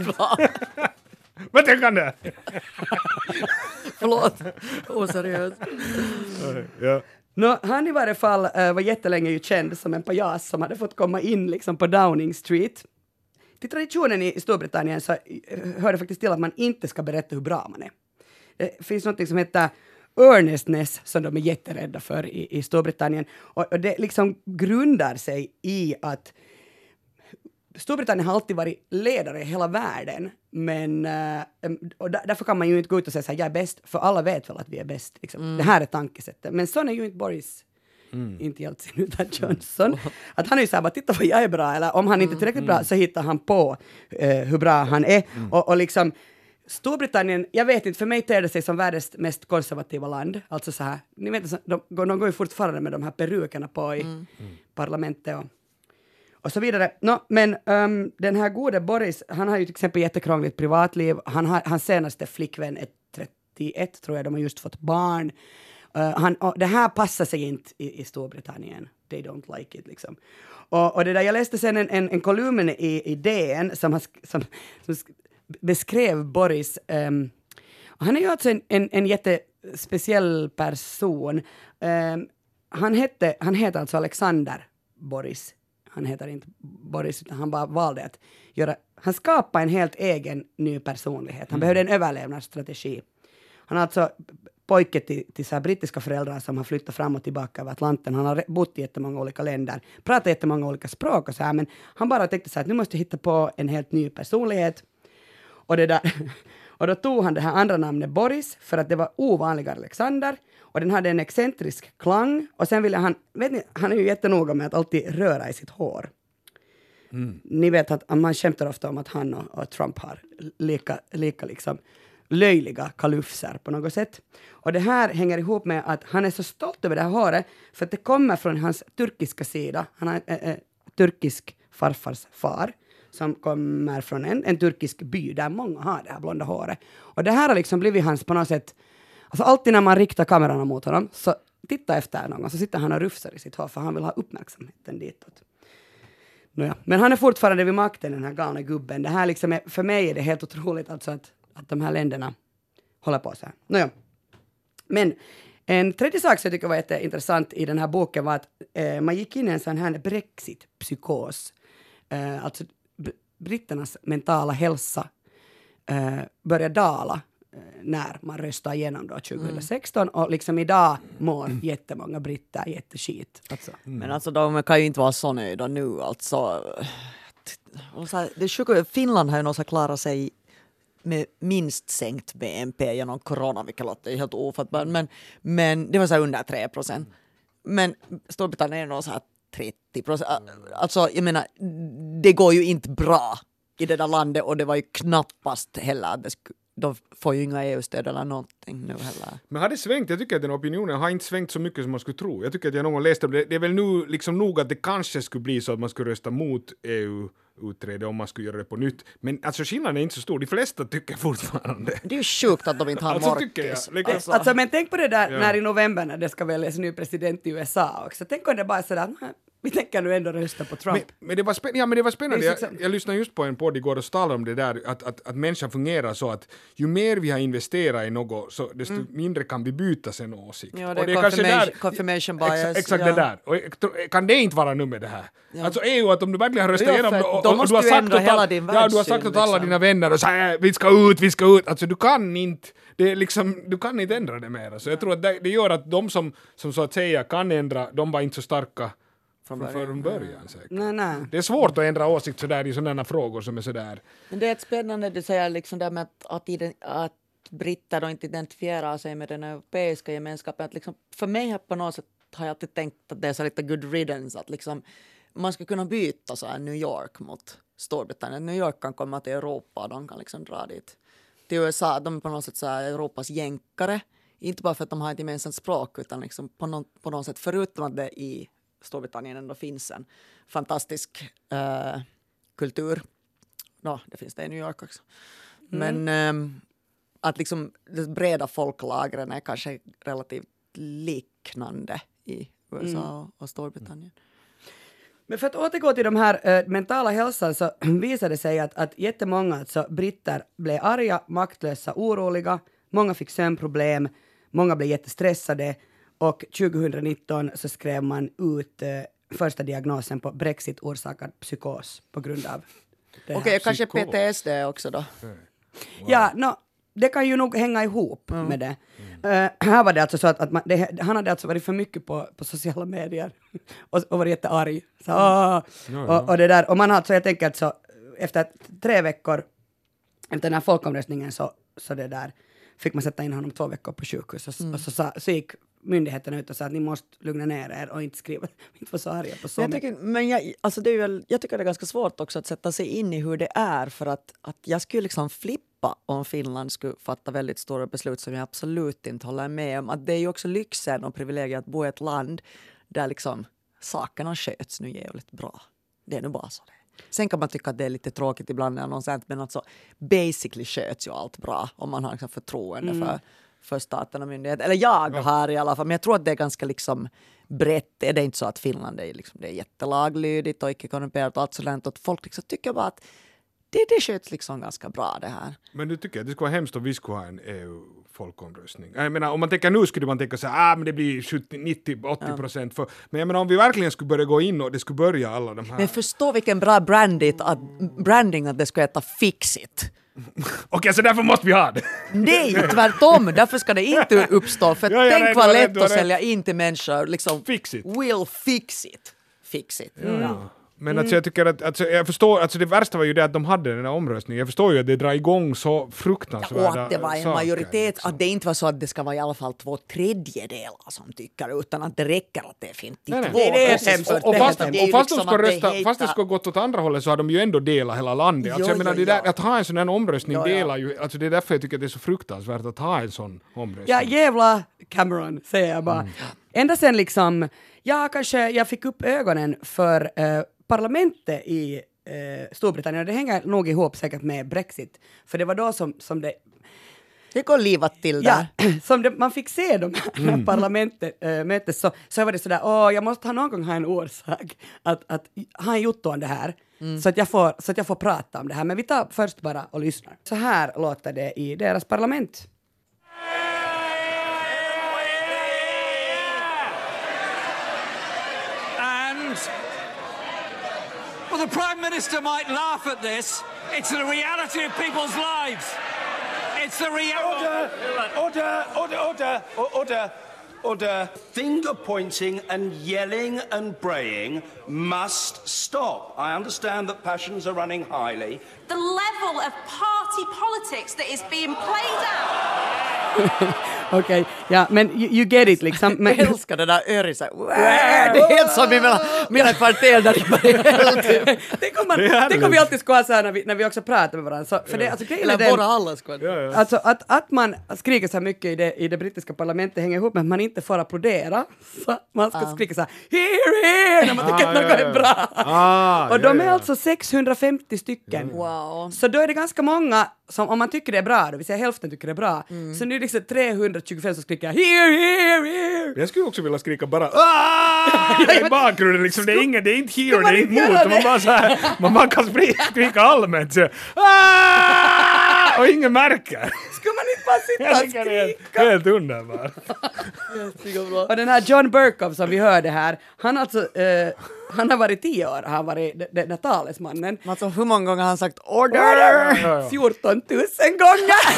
Vad tänker han det? Förlåt. Oseriöst. Ja. No, han i varje fall uh, var jättelänge ju känd som en pajas som hade fått komma in liksom på Downing Street. Till traditionen i Storbritannien så uh, hör det faktiskt till att man inte ska berätta hur bra man är. Det finns något som heter earnestness som de är jätterädda för i, i Storbritannien. Och, och det liksom grundar sig i att Storbritannien har alltid varit ledare i hela världen, men uh, och där, därför kan man ju inte gå ut och säga så här, jag är bäst, för alla vet väl att vi är bäst. Liksom. Mm. Det här är tankesättet. Men sån är ju inte Boris, mm. inte Jeltsin utan Johnson. Att han är ju så här, bara titta vad jag är bra, eller om han inte är tillräckligt bra så hittar han på uh, hur bra han är. Mm. Och, och liksom Storbritannien, jag vet inte, för mig ter det sig som världens mest konservativa land. Alltså så här, ni vet, de, de går ju fortfarande med de här perukerna på i mm. parlamentet och och så vidare. No, men um, den här gode Boris, han har ju till exempel jättekrångligt privatliv. Han har, hans senaste flickvän är trettioett, tror jag, de har just fått barn. Uh, han, det här passar sig inte i, i Storbritannien. They don't like it, liksom. Och, och det där, jag läste sen en, en, en kolumn i, i D N som, har, som, som beskrev Boris. Um, han är ju alltså en, en, en jättespeciell person. Um, han, hette, han heter alltså Alexander Boris. Han heter inte Boris, utan han bara valde att göra... Han skapade en helt egen ny personlighet. Han mm. behövde en överlevnadsstrategi. Han har alltså pojke till, till så här brittiska föräldrar som har flyttat fram och tillbaka över Atlanten. Han har bott i jättemånga olika länder, pratat jättemånga olika språk och så här, men han bara tänkte så här att nu måste jag hitta på en helt ny personlighet. Och, det där, och då tog han det här andra namnet Boris för att det var ovanligare Alexander och den hade en excentrisk klang och sen ville han, vet ni, han är ju jättenoga med att alltid röra i sitt hår. Mm. Ni vet att man skämtar ofta om att han och, och Trump har lika, lika liksom löjliga kalufser på något sätt. Och det här hänger ihop med att han är så stolt över det här håret för att det kommer från hans turkiska sida. Han har en äh, äh, turkisk farfars far som kommer från en, en turkisk by där många har det här blonda håret. Och det här har liksom blivit hans på något sätt, alltså alltid när man riktar kameran mot honom så titta efter någon så sitter han och rufsar i sitt hår för han vill ha uppmärksamheten ditåt. Nåja. Men han är fortfarande vid makten, den här galna gubben. Det här liksom är, för mig är det helt otroligt alltså att att de här länderna håller på så här. Nåja. Men en tredje sak som jag tycker var jätteintressant i den här boken var att eh, man gick in i en sån här Brexit-psykos. Eh, alltså b- britternas mentala hälsa eh, började dala eh, när man röstade igenom då tjugohundrasexton mm. och liksom idag mår mm. jättemånga britter jätteskit. Alltså. Mm. Men alltså de kan ju inte vara så nöjda nu alltså. Det är sjukt, Finland har ju något klarat sig med minst sänkt B N P genom corona, vilket låter helt ofattbart. Men, men det var så här under tre procent. Men Storbritannien är nog så här trettio procent. Alltså, jag menar, det går ju inte bra i det där landet och det var ju knappast heller att det skulle, de får ju inga E U-stöd eller någonting nu heller. Men har det svängt? Jag tycker att den opinionen har inte svängt så mycket som man skulle tro. Jag tycker att jag någon gång läste det. Det är väl nu liksom nog att det kanske skulle bli så att man skulle rösta mot E U utträde om man skulle göra det på nytt. Men alltså skillnaden är inte så stor. De flesta tycker fortfarande. Det är ju sjukt att de inte har alltså, morkis. Liksom. Alltså, alltså men tänk på det där ja. när i november när det ska väljas ny president i U S A också. Tänk om det bara är sådär, vi tänker nu ändå rösta på Trump. Men, men, det, var spä- ja, men det var spännande. Det jag, jag lyssnade just på en podd igår och talade om det där att, att, att människan fungerar så att ju mer vi har investerat i något så desto mm. mindre kan vi byta sen åsikt. Ja, det är, och det är kanske där, confirmation bias. Ex, exakt ja. det där. Och, kan det inte vara nu med det här? Ja. Alltså E U att om du verkligen har röstat ja, igenom och, och, och du har sagt åt hela din ja, du har sagt åt alla liksom. Dina vänner och så här, vi ska ut, vi ska ut. Alltså du kan inte det är liksom, du kan inte ändra det mer. Så jag tror att det, det gör att de som, som så att säga kan ändra, de var inte så starka från början. Från början säkert. Nej, nej. Det är svårt att ändra åsikt sådär i sådana frågor som är sådär. Men det är ett spännande du säger liksom där med att, att, att britter då inte identifierar sig med den europeiska gemenskapen. Att liksom, för mig här på något sätt har jag alltid tänkt att det är så lite good riddance. Att liksom, man ska kunna byta så här New York mot Storbritannien. New York kan komma till Europa och de kan liksom dra dit till U S A. De är på något sätt så här Europas jänkare. Inte bara för att de har ett gemensamt språk utan liksom på, någon, på något sätt förutom att det i Storbritannien ändå finns en fantastisk uh, kultur. No, det finns det i New York också. Mm. Men um, att liksom de breda folklagren är kanske relativt liknande i U S A mm. och Storbritannien. Men för att återgå till de här äh, mentala hälsan så visade det sig att, att jättemånga alltså, britter blev arga, maktlösa, oroliga. Många fick sömnproblem, många blev jättestressade och tjugonitton så skrev man ut äh, första diagnosen på Brexit orsakad psykos på grund av det här. Okej, okay, kanske P T S D också då. Wow. Ja, no, det kan ju nog hänga ihop mm. med det. Mm. Uh, här var det alltså så att, att man, det, han hade alltså varit för mycket på, på sociala medier och, och varit jättearg. Så, mm. ja, ja. Och, och det där, och man har alltså, jag tänker att så, efter tre veckor efter den här folkomröstningen så, så det där fick man sätta in honom två veckor på sjukhus och, mm. och så, så, så gick myndigheterna ut och sa att ni måste lugna ner er och inte skriva, inte vara så arga på så jag tycker, men jag, alltså det är väl, jag tycker det är ganska svårt också att sätta sig in i hur det är för att, att jag skulle liksom flippa om Finland skulle fatta väldigt stora beslut som jag absolut inte håller med om. Att det är ju också lyxen och privilegiet att bo i ett land där liksom sakerna sköts nu jävligt bra. Det är nu bara så det. Sen kan man tycka att det är lite tråkigt ibland när någon säger, men alltså basically sköts ju allt bra om man har liksom förtroende mm. för, för staten och myndighet. Eller jag ja. har i alla fall, men jag tror att det är ganska liksom brett. Är det inte så att Finland är, liksom, det är jättelaglydigt och icke-korrumperat och allt sådant, och folk liksom tycker bara att det, det sköts liksom ganska bra det här. Men du tycker att det skulle vara hemskt om vi skulle ha en E U-folkomröstning? Jag menar, om man tänker nu skulle man tänka så här, ah, men det blir sjuttio, nittio, åttio procent. För, men jag menar, om vi verkligen skulle börja gå in och det skulle börja alla de här... Men förstå vilken bra branding att, branding att det skulle heta Fix-It. Okej, så därför måste vi ha det. Nej, tvärtom. Därför ska det inte uppstå. För ja, tänk vad lätt att sälja in till människor. Liksom, fix it. Will fix it. Fix it. Mm. Ja. Men alltså, jag tycker att, alltså, jag förstår, alltså det värsta var ju det att de hade den här omröstningen. Jag förstår ju att det drar igång så fruktansvärda ja, och att det var en saker, majoritet, liksom. Att det inte var så att det ska vara i alla fall två tredjedelar som tycker, utan att det räcker att det är femtiotvå. Nej, nej. Det är hemskt. Och, och fast, det och fast de liksom ska rösta, heter... fast det ska gått åt andra hållet så har de ju ändå delat hela landet. Alltså, jo, jag menar, jo, det där, jo. att ha en sån här omröstning jo, jo. delar ju, alltså det är därför jag tycker att det är så fruktansvärt att ha en sån omröstning. Ja, jävla Cameron, säger jag bara. Mm. Ända sen liksom, ja, kanske jag fick upp ögonen för eh, parlamentet i eh, Storbritannien, och det hänger nog ihop säkert med Brexit, för det var då som, som det det går livat till där. Ja, som det, man fick se de här mm. parlamentet äh, mötes, så, så var det sådär, åh, jag måste ha någon gång ha en orsak att, att ha en jotto om det här, mm. så, att jag får, så att jag får prata om det här. Men vi tar först bara och lyssnar. Så här låter det i deras parlament. And well, the Prime Minister might laugh at this. It's the reality of people's lives. It's the reality. Order, order, order, order, order, order. Finger pointing and yelling and braying must stop. I understand that passions are running highly. The level of party politics that is being played out. Okej, okay, ja, men you, you get it liksom. Men... Jag älskar det där öris. Det är helt som i mina, mina kvarter där det det kommer det kom vi alltid ska så här när vi, när vi också pratar med varandra. Så, för det, alltså, Eller den, bara alla ska. Ja, ja. Alltså att, att man skriker så mycket i det, i det brittiska parlamentet hänger ihop med att man inte får applådera. Så man ska ah. skrika så här, here, here, när man tycker ah, att något ja, ja. är bra. Ah, och de ja, ja. är alltså sexhundrafemtio stycken. Wow. Så då är det ganska många som, om man tycker det är bra, då vill säga hälften tycker det är bra, mm. så nu är det liksom trehundratjugofem som skriker here, here, here. Jag skulle också vilja skrika bara Aah! i bakgrunden liksom, det är ingen, det är inte here, det är inte mot, man bara så här, man bara kan skrika allmänt så Aah! och ingen märker. Ska man inte bara sitta och skrika? Det är helt underbart. Och den här John Bercow som vi hörde här, han alltså eh, han har varit tio år, han har varit den där talesmannen. Alltså hur många gånger har han sagt order? fjorton tusen gånger!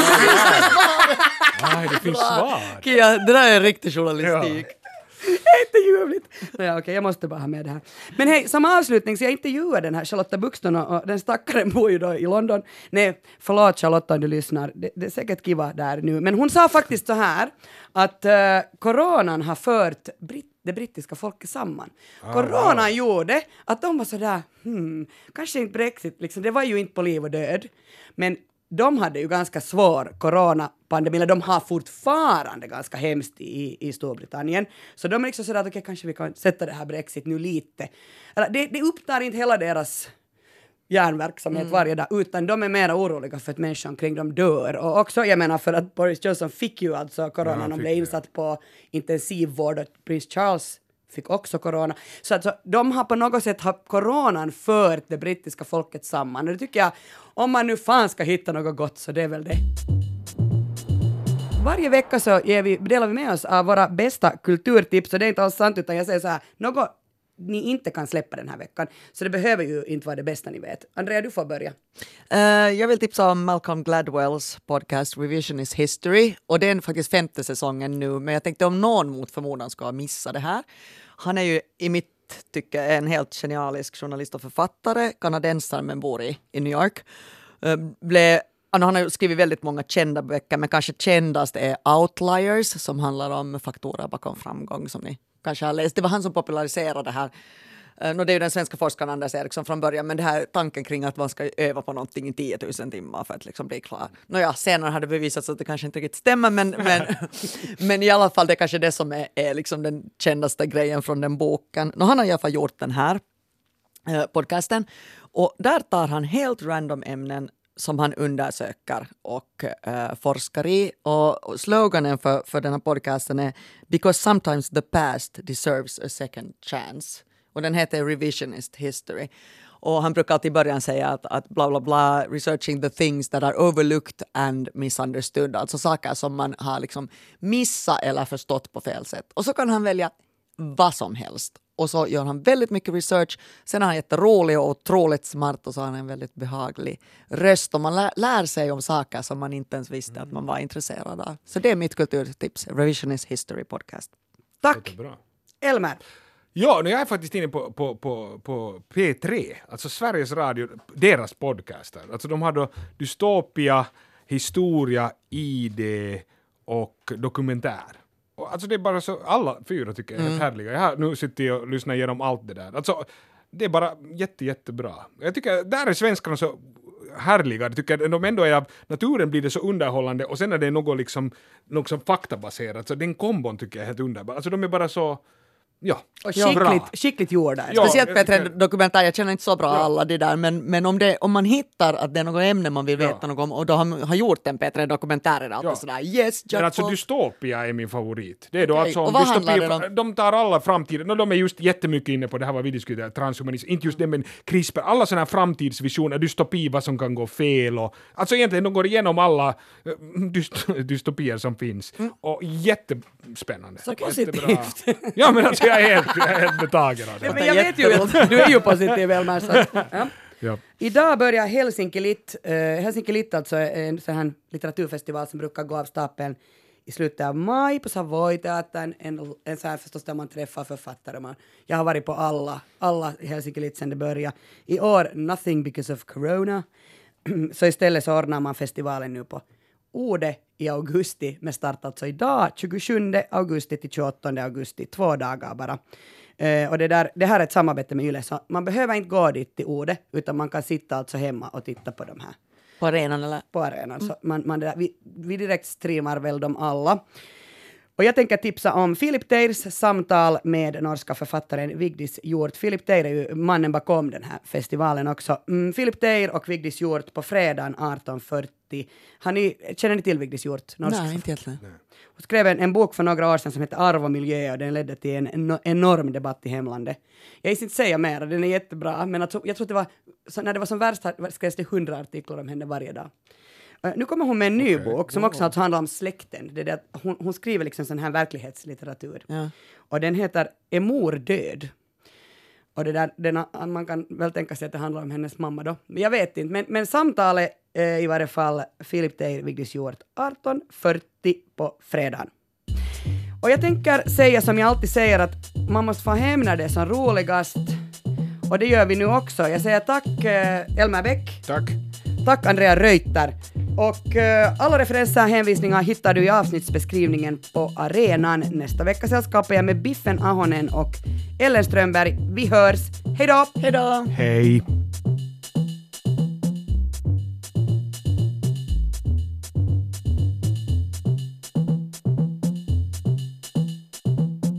Nej, det finns svar. Kia, det där är riktig journalistik. Ja. Jätteljuvligt. Ja, okej, okay, jag måste bara ha med det här. Men hej, som avslutning så jag intervjuade den här Charlotta Buxton och, och den stackaren bor ju då i London. Nej, förlåt Charlotta om du lyssnar. Det, det är säkert kiva där nu. Men hon sa faktiskt så här att uh, coronan har fört Brit- det brittiska folket samman. Ah, coronan wow. gjorde att de var sådär, hmm, kanske inte Brexit, liksom, det var ju inte på liv och död. Men de hade ju ganska svår coronapandemi, eller de har fortfarande ganska hemskt i, i Storbritannien. Så de är liksom sådär att okej, okay, kanske vi kan sätta det här Brexit nu lite. Eller, det, det upptar inte hela deras järnverksamhet mm. varje dag, utan de är mer oroliga för att människor omkring dem dör. Och också, jag menar, för att Boris Johnson fick ju alltså corona, ja, och blev insatt det. på intensivvård, och prins Charles fick också corona. Så alltså, de har på något sätt har coronan fört det brittiska folket samman. Och det tycker jag, om man nu fan ska hitta något gott, så det är väl det. Varje vecka så ger vi, delar vi med oss av våra bästa kulturtips, och det är inte alls sant, utan jag säger så här, något ni inte kan släppa den här veckan. Så det behöver ju inte vara det bästa ni vet. Andrea, du får börja. Uh, jag vill tipsa om Malcolm Gladwells podcast Revision is History. Och det är faktiskt femte säsongen nu. Men jag tänkte om någon mot förmodan ska missa det här. Han är ju i mitt tycke en helt genialisk journalist och författare. Kanadensare men bor i, i New York. Uh, ble, han har skrivit väldigt många kända böcker. Men kanske kändast är Outliers, som handlar om faktorer bakom framgång, som ni kanske har läst. Det var han som populariserade det här. Uh, no, det är ju den svenska forskaren Anders Eriksson från början, men det här tanken kring att man ska öva på någonting i tio tusen timmar för att liksom bli klar. Nåja, senare har det bevisats att det kanske inte riktigt stämmer, men, men, men i alla fall det är kanske det som är, är liksom den kändaste grejen från den boken. No, han har i alla fall gjort den här. eh, podcasten. Och där tar han helt random ämnen som han undersöker och uh, forskar i. Och, och sloganen för, för den här podcasten är Because sometimes the past deserves a second chance. Och den heter Revisionist History. Och han brukar alltid i början säga att, att bla bla bla, researching the things that are overlooked and misunderstood. Alltså saker som man har liksom missat eller förstått på fel sätt. Och så kan han välja vad som helst. Och så gör han väldigt mycket research. Sen är han jätterolig och otroligt smart och så har han en väldigt behaglig röst. Och man lär, lär sig om saker som man inte ens visste mm. att man var intresserad av. Så det är mitt kulturtips. Revisionist History Podcast. Tack! Elmer! Ja, nu är jag faktiskt inne på, på, på, på P tre, alltså Sveriges Radio, deras podcaster. Alltså de har då dystopia, historia, I D och dokumentär. Och alltså det är bara så, alla fyra tycker jag är mm. härliga. Jag har nu sitter jag och lyssnar igenom allt det där. Alltså det är bara jätte, jättebra. Jag tycker, där är svenskarna så härliga. Jag tycker de ändå är av naturen blir det så underhållande och sen är det något liksom, något som faktabaserat. Så den kombon tycker jag är helt underbar. Alltså de är bara så... Ja, och skickligt, skickligt gjorda. Ja, speciellt P tre-dokumentär, jag känner inte så bra ja. alla det där, men, men om, det, om man hittar att det är något ämne man vill veta ja. något om, och då har, har gjort en P tre-dokumentär, är det alltid ja. sådär, yes, men alltså dystopia är min favorit. Det är då okay. alltså om dystopi, de tar alla framtiden, och de är just jättemycket inne på det här vad vi diskuterar, transhumanism, inte just det, men CRISPR, alla sådana här framtidsvisioner, dystopi, vad som kan gå fel, och alltså egentligen de går igenom alla dyst, dystopier som finns, mm. och jättespännande. Så positivt. Ja, men alltså jag är helt, jag är helt betagen av det. Ja, men jag vet ju att du är ju positiv, Elmar. Så, ja. Ja. Idag börjar Helsinki Lit. Uh, Helsinki Lit alltså är en sån här litteraturfestival som brukar gå av stapeln i slutet av maj på Savoy-teatern. En, en så här förstås där man träffar författare. Man, jag har varit på alla, alla Helsinki Lit sedan det började. I år, nothing because of corona. Så istället så ordnar man festivalen nu på Ode i augusti, med start alltså idag, tjugosjunde augusti till tjugoåttonde augusti, två dagar bara. Uh, och det, där, det här är ett samarbete med Yle, så man behöver inte gå dit till Ode, utan man kan sitta alltså hemma och titta på de här. På arenan eller? På arenan, mm. så man, man där, vi, vi direkt streamar väl dem alla. Och jag tänker tipsa om Philip Teirs samtal med norska författaren Vigdis Hjort. Philip Teir är ju mannen bakom den här festivalen också. Mm, Philip Teir och Vigdis Hjort på fredagen arton fyrtio. Har ni, känner ni till Vigdis Hjort? Nej, inte egentligen. Hon skrev en, en bok för några år sedan som heter Arv och miljö, och den ledde till en, en enorm debatt i hemlandet. Jag ska inte säga mer, den är jättebra, men alltså, jag tror att det var, så när det var som värst skrevs det hundra artiklar om henne varje dag. Uh, nu kommer hon med en ny okay. bok som också handlar om släkten. Det är det att hon, hon skriver liksom sån här verklighetslitteratur. Ja. Och den heter Är mor död? Och det där, den, man kan väl tänka sig att det handlar om hennes mamma då. Men jag vet inte. Men, men samtalet är i varje fall Philip Teir, Vigdis Hjort, arton fyrtio på fredagen. Och jag tänker säga som jag alltid säger, att man måste få hem när det är som roligast. Och det gör vi nu också. Jag säger tack uh, Elmer Bäck. Tack. Tack Andrea Reuter. Och uh, alla referenser och hänvisningar hittar du i avsnittsbeskrivningen på arenan. Nästa vecka sällskapar jag med Biffen Ahonen och Ellen Strömberg. Vi hörs. Hej då! Hej då! Hej!